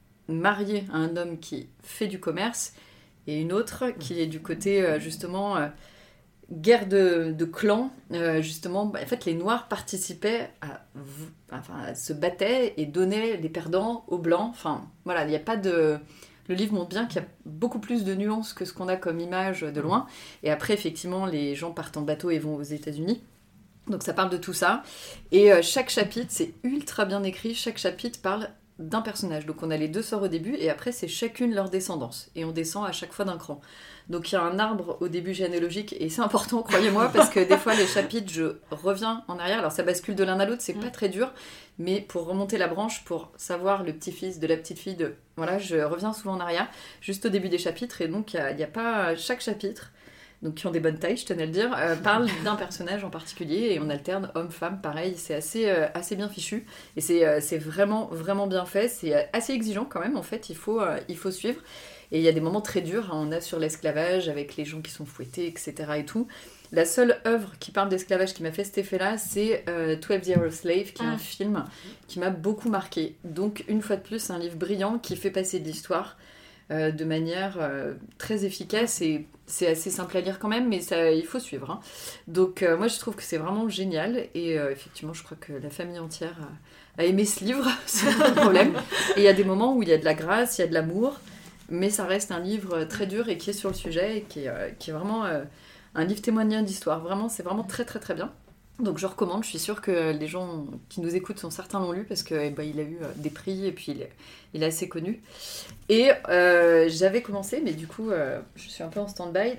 mariée à un homme qui fait du commerce et une autre qui est du côté euh, justement euh, guerre de, de clans. Euh, justement, bah, en fait, les Noirs participaient à, enfin, à se battaient et donnaient des perdants aux Blancs. Enfin, voilà, il n'y a pas de... Le livre montre bien qu'il y a beaucoup plus de nuances que ce qu'on a comme image de loin. Et après, effectivement, les gens partent en bateau et vont aux États-Unis. Donc ça parle de tout ça. Et euh, chaque chapitre, c'est ultra bien écrit. Chaque chapitre parle d'un personnage. Donc on a les deux sœurs au début et après c'est chacune leur descendance. Et on descend à chaque fois d'un cran. Donc il y a un arbre au début généalogique et c'est important, croyez-moi, parce que des fois les chapitres, je reviens en arrière. Alors ça bascule de l'un à l'autre, c'est mmh. pas très dur. Mais pour remonter la branche, pour savoir le petit-fils de la petite-fille de... Voilà, je reviens souvent en arrière, juste au début des chapitres. Et donc il n'y a, a pas chaque chapitre... donc qui ont des bonnes tailles, je tenais à le dire, euh, parle d'un personnage en particulier et on alterne homme-femme, pareil, c'est assez, euh, assez bien fichu et c'est, euh, c'est vraiment, vraiment bien fait, c'est assez exigeant quand même, en fait, il faut, euh, il faut suivre. Et il y a des moments très durs, hein, on a sur l'esclavage avec les gens qui sont fouettés, et cetera et tout. La seule œuvre qui parle d'esclavage qui m'a fait cet effet-là, c'est euh, twelve Years a Slave, qui est un film qui m'a beaucoup marqué. Donc, une fois de plus, c'est un livre brillant qui fait passer de l'histoire euh, de manière euh, très efficace et c'est assez simple à lire quand même, mais ça, il faut suivre. Hein. Donc, euh, moi, je trouve que c'est vraiment génial. Et euh, effectivement, je crois que la famille entière a, a aimé ce livre, c'est pas un problème. Et il y a des moments où il y a de la grâce, il y a de l'amour, mais ça reste un livre très dur et qui est sur le sujet et qui est, euh, qui est vraiment euh, un livre témoignant d'histoire. Vraiment, c'est vraiment très, très, très bien. Donc, je recommande. Je suis sûre que les gens qui nous écoutent sont certains l'ont lu parce que eh ben, il a eu euh, des prix et puis il est, il est assez connu. Et euh, j'avais commencé, mais du coup, euh, je suis un peu en stand-by,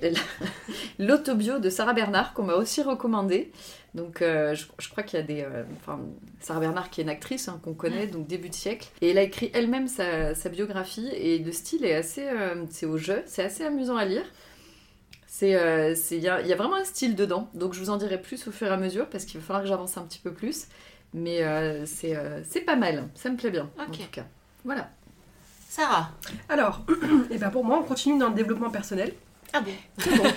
l'autobio de Sarah Bernard, qu'on m'a aussi recommandé. Donc, euh, je, je crois qu'il y a des... Euh, enfin, Sarah Bernard, qui est une actrice hein, qu'on connaît, donc début de siècle. Et elle a écrit elle-même sa, sa biographie, et le style est assez... Euh, c'est au jeu, c'est assez amusant à lire. Il euh, y, a, y a vraiment un style dedans, donc je vous en dirai plus au fur et à mesure, parce qu'il va falloir que j'avance un petit peu plus. Mais euh, c'est, euh, c'est pas mal, ça me plaît bien, okay. En tout cas. Voilà. Sarah. Alors, et ben pour moi, on continue dans le développement personnel. Ah bon, c'est bon.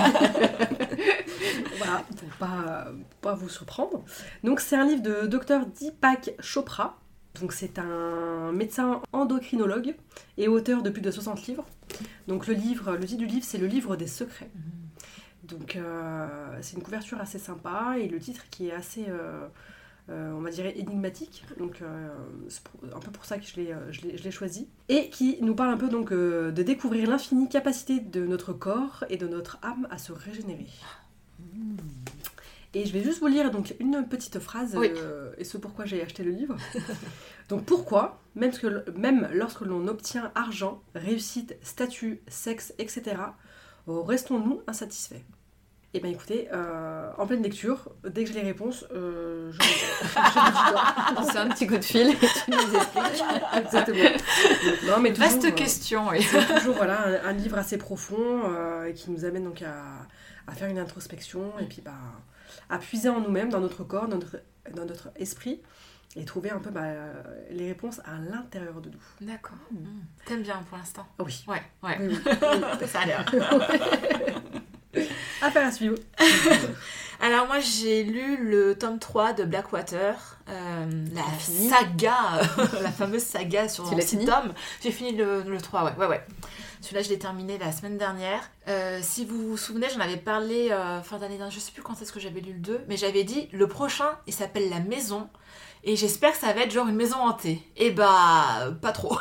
Voilà, pour pas, pas vous surprendre. Donc, c'est un livre de docteur Deepak Chopra. Donc, c'est un médecin endocrinologue et auteur de plus de soixante livres. Donc, le livre, le titre du livre, c'est Le livre des secrets. Donc, euh, c'est une couverture assez sympa et le titre qui est assez... Euh, Euh, on va dire énigmatique, donc euh, c'est un peu pour ça que je l'ai, euh, je l'ai, je l'ai choisi, et qui nous parle un peu donc euh, de découvrir l'infinie capacité de notre corps et de notre âme à se régénérer. Mmh. Et je vais juste vous lire donc une petite phrase, oui. euh, et ce pourquoi j'ai acheté le livre. Donc pourquoi, même, que, même lorsque l'on obtient argent, réussite, statut, sexe, et cetera, restons-nous insatisfaits? Eh bien écoutez, euh, en pleine lecture, dès que j'ai les réponses, euh, je, je, je dis c'est un petit coup de fil et tu nous expliques. Exactement. Non, mais toujours, vaste euh, question. Oui. C'est toujours voilà, un, un livre assez profond euh, qui nous amène donc à, à faire une introspection et puis bah, à puiser en nous-mêmes, dans notre corps, dans notre, dans notre esprit et trouver un peu bah, les réponses à l'intérieur de nous. D'accord. Mmh. T'aimes bien pour l'instant? Oui. Ouais, ouais. Oui, oui. Oui. Ça a l'air. Affaire à suivre. Alors moi j'ai lu le tome trois de Blackwater, euh, la saga, la fameuse saga sur six tomes. J'ai fini le, le trois, ouais, ouais, ouais. Celui-là je l'ai terminé la semaine dernière. Euh, si vous vous souvenez, j'en avais parlé euh, fin d'année dernière, je sais plus quand est-ce que j'avais lu le deux, mais j'avais dit le prochain il s'appelle La Maison. Et j'espère que ça va être genre une maison hantée. Et bah, pas trop.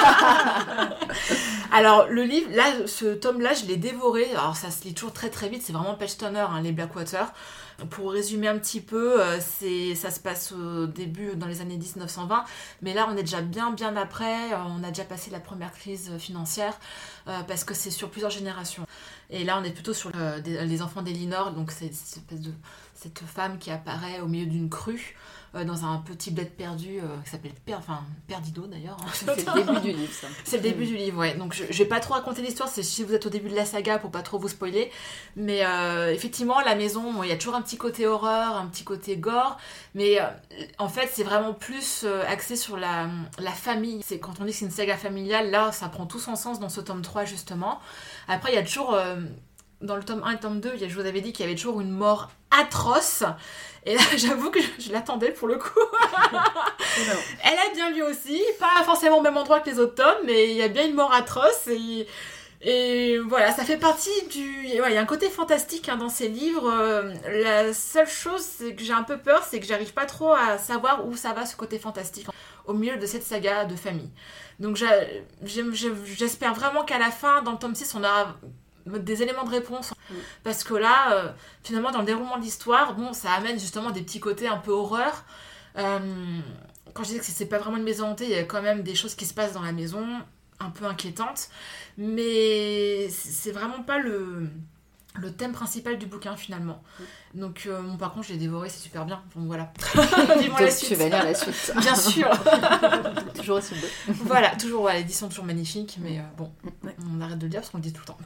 Alors, le livre, là, ce tome-là, je l'ai dévoré. Alors, ça se lit toujours très très vite. C'est vraiment page turner, hein, les Blackwater. Pour résumer un petit peu, euh, c'est, ça se passe au début, dans les années dix-neuf cent vingt. Mais là, on est déjà bien, bien après. Euh, on a déjà passé la première crise financière. Euh, parce que c'est sur plusieurs générations. Et là, on est plutôt sur euh, des, les enfants d'Elinor. Donc, c'est cette espèce de... cette femme qui apparaît au milieu d'une crue. Euh, dans un petit bled perdu euh, qui s'appelle per... enfin, Perdido d'ailleurs. C'est le début du livre, ça. C'est le début du livre, ouais. Donc je, je vais pas trop raconter l'histoire, c'est si vous êtes au début de la saga pour pas trop vous spoiler. Mais euh, effectivement, la maison, bon, il y a toujours un petit côté horreur, un petit côté gore. Mais euh, en fait, c'est vraiment plus euh, axé sur la, la famille. C'est, quand on dit que c'est une saga familiale, là, ça prend tout son sens dans ce tome trois, justement. Après, il y a toujours... Euh, dans le tome un et le tome deux, je vous avais dit qu'il y avait toujours une mort atroce. Et là, j'avoue que je, je l'attendais pour le coup. Elle a bien lu aussi, pas forcément au même endroit que les autres tomes, mais il y a bien une mort atroce. Et, et voilà, ça fait partie du... Ouais, il y a un côté fantastique hein, dans ces livres. Euh, la seule chose c'est que j'ai un peu peur, c'est que j'arrive pas trop à savoir où ça va ce côté fantastique au milieu de cette saga de famille. Donc j'ai, j'ai, j'espère vraiment qu'à la fin, dans le tome six, on aura... des éléments de réponse mm. parce que là euh, finalement dans le déroulement de l'histoire bon ça amène justement des petits côtés un peu horreur euh, quand je disais que c'est pas vraiment une maison hantée il y a quand même des choses qui se passent dans la maison un peu inquiétantes mais c'est vraiment pas le le thème principal du bouquin finalement mm. donc euh, bon, par contre je l'ai dévoré c'est super bien donc voilà donc la suite. Tu vas lire la suite bien sûr toujours aussi beau voilà toujours ouais, l'édition toujours magnifique mais euh, bon ouais. On arrête de le dire parce qu'on le dit tout le temps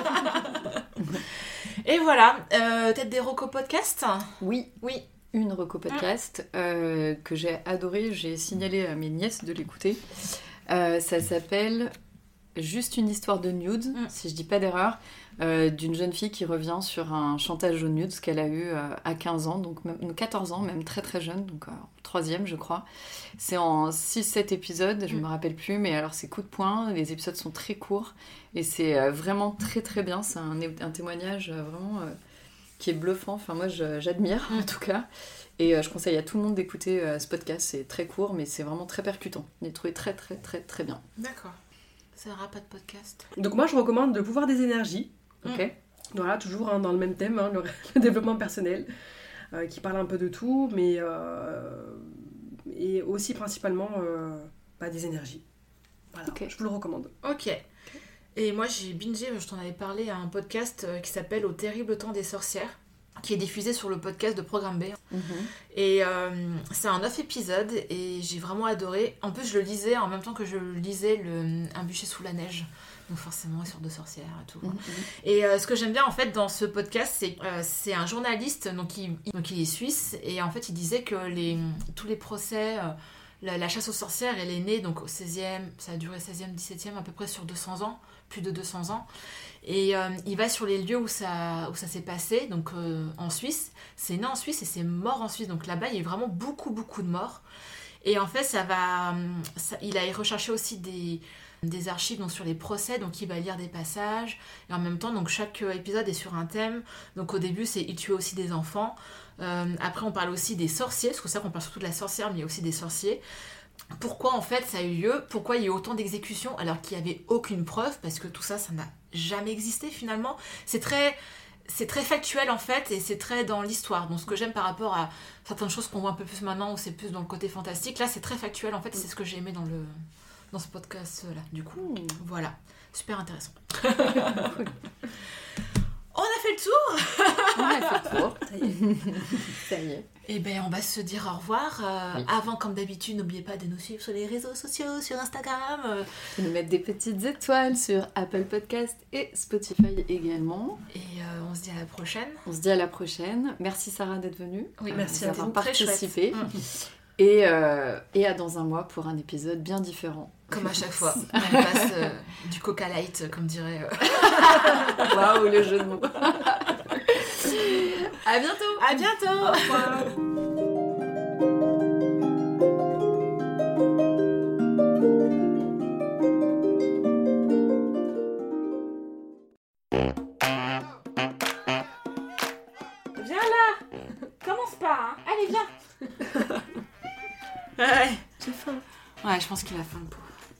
et voilà euh, peut-être des reco podcasts oui oui une reco podcast mm. euh, que j'ai adoré j'ai signalé à mes nièces de l'écouter euh, ça s'appelle Juste une histoire de nude, mm. si je dis pas d'erreur, euh, d'une jeune fille qui revient sur un chantage au nude qu'elle a eu euh, à quinze ans, donc même, quatorze ans, même très très jeune, donc euh, troisième je crois. C'est en six sept épisodes, je mm. me rappelle plus, mais alors c'est coup de poing, les épisodes sont très courts, et c'est euh, vraiment très très bien, c'est un, un témoignage euh, vraiment euh, qui est bluffant, enfin moi je, j'admire mm. en tout cas. Et euh, je conseille à tout le monde d'écouter euh, ce podcast, c'est très court, mais c'est vraiment très percutant. Je l'ai trouvé très très très très bien. D'accord. Sarah, pas de podcast. Donc moi je recommande Le pouvoir des énergies. Ok. Mmh. Voilà, toujours hein, dans le même thème, hein, le, le développement personnel, euh, qui parle un peu de tout, mais euh, et aussi principalement euh, bah, des énergies. Voilà, okay. Je vous le recommande. Ok. okay. Et moi j'ai bingé, je t'en avais parlé, à un podcast qui s'appelle Au terrible temps des sorcières, qui est diffusé sur le podcast de Programme B. Mm-hmm. Et euh, c'est un neuf épisodes et j'ai vraiment adoré. En plus, je le lisais en même temps que je lisais le, Un bûcher sous la neige. Donc forcément, Histoire de sorcière et tout. Mm-hmm. Et euh, ce que j'aime bien en fait dans ce podcast, c'est euh, c'est un journaliste, donc il, donc il est suisse, et en fait il disait que les, tous les procès... Euh, La, la chasse aux sorcières, elle est née donc au seizième, ça a duré seizième, dix-septième, à peu près sur deux cents ans, plus de deux cents ans. Et euh, il va sur les lieux où ça, où ça s'est passé, donc euh, en Suisse. C'est né en Suisse et c'est mort en Suisse. Donc là-bas, il y a eu vraiment beaucoup, beaucoup de morts. Et en fait, ça va, ça, il a recherché aussi des, des archives donc, sur les procès, donc il va lire des passages. Et en même temps, donc, chaque épisode est sur un thème. Donc au début, c'est il tuait aussi des enfants. Euh, après on parle aussi des sorciers, parce que c'est vrai qu'on parle surtout de la sorcière, mais il y a aussi des sorciers. Pourquoi en fait ça a eu lieu, pourquoi il y a eu autant d'exécutions alors qu'il n'y avait aucune preuve, parce que tout ça, ça n'a jamais existé finalement. C'est très, c'est très factuel en fait, et c'est très dans l'histoire. Donc ce que j'aime par rapport à certaines choses qu'on voit un peu plus maintenant, où c'est plus dans le côté fantastique, là c'est très factuel en fait, et c'est ce que j'ai aimé dans, le, dans ce podcast là. Du coup, mmh. voilà, super intéressant. On a fait le tour. On a fait le tour. Ça y est. Ça y est. Et ben on va se dire au revoir. Euh, oui. Avant, comme d'habitude, n'oubliez pas de nous suivre sur les réseaux sociaux, sur Instagram. Euh... De nous mettre des petites étoiles sur Apple Podcast et Spotify également. Et euh, on se dit à la prochaine. On se dit à la prochaine. Merci Sarah d'être venue. Oui, euh, merci d'avoir participé. Mmh. Et, euh, et à dans un mois pour un épisode bien différent. Comme à chaque fois. On passe euh, du Coca Light, comme dirait... Waouh, wow, le jeu de mots. À bientôt. À bientôt. Au revoir. Viens là. Commence pas, hein. Allez, viens. Ouais. J'ai faim. Ouais, je pense qu'il a faim le pauvre.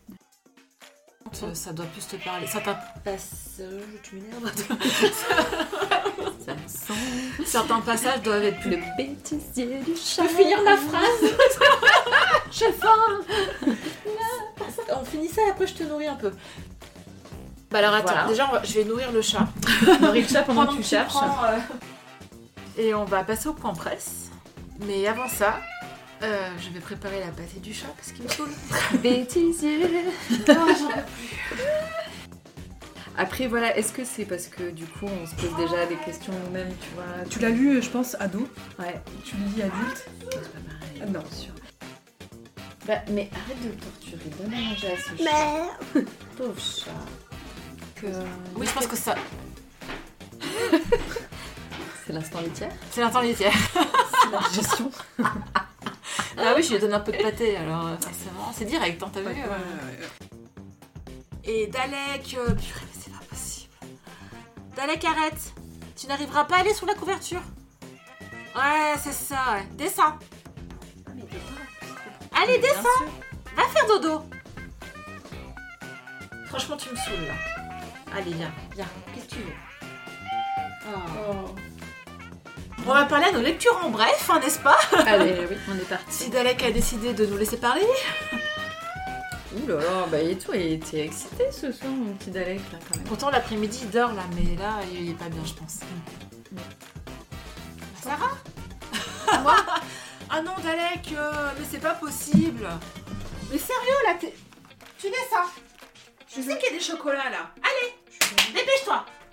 Ça doit plus te parler. Certains passages, tu m'énerves. Ça me sent. Certains passages doivent être plus. Le bêtisier du chat. Je peux finir ma phrase. J'ai faim. On finit ça et après je te nourris un peu. Bah alors attends, Voilà. déjà on va- je vais nourrir le chat. Nourris le chat pendant que tu tu cherches. prends, euh, Et on va passer au point presse. Mais avant ça, euh, je vais préparer la pâtée du chat parce qu'il me saoule. Bêtisier. Non, j'en peux plus. Après, voilà, est-ce que c'est parce que du coup, on se pose déjà des questions nous-mêmes, tu vois Tu l'as lu, je pense, ado. Ouais. Tu le lis adulte. C'est pas pareil. Ah, non. Bien sûr. Bah, mais arrête de le torturer, donne à manger à ce chat. Pauvre chat. Que... Oui, je pense que ça. C'est l'instant litière. C'est l'instant litière. C'est la gestion. Ah oui, je lui donne un peu de pâté alors euh, forcément. C'est direct, hein, t'as vu Ouais, euh. ouais, ouais. Et Dalek, euh, purée, mais c'est pas possible. Dalek, arrête. Tu n'arriveras pas à aller sous la couverture. Ouais, c'est ça, ouais. Descends. Allez, Bien descends. sûr. Va faire dodo. Franchement, tu me saoules là. Allez, viens, viens. Qu'est-ce que tu veux? Oh. On va parler à nos lectures en bref, hein, n'est-ce pas? Allez, oui, on est parti. Si Dalek a décidé de nous laisser parler. Ouh là là, bah et toi, il était excité ce soir, mon petit Dalek, là, quand même. Pourtant, l'après-midi, il dort là, mais là, il est pas bien, je pense. Sarah? Moi? Ah non, Dalek, euh, mais c'est pas possible. Mais sérieux, là, t'es... Tu descends. Je sais qu'il y a des chocolats, là. Allez, dépêche-toi.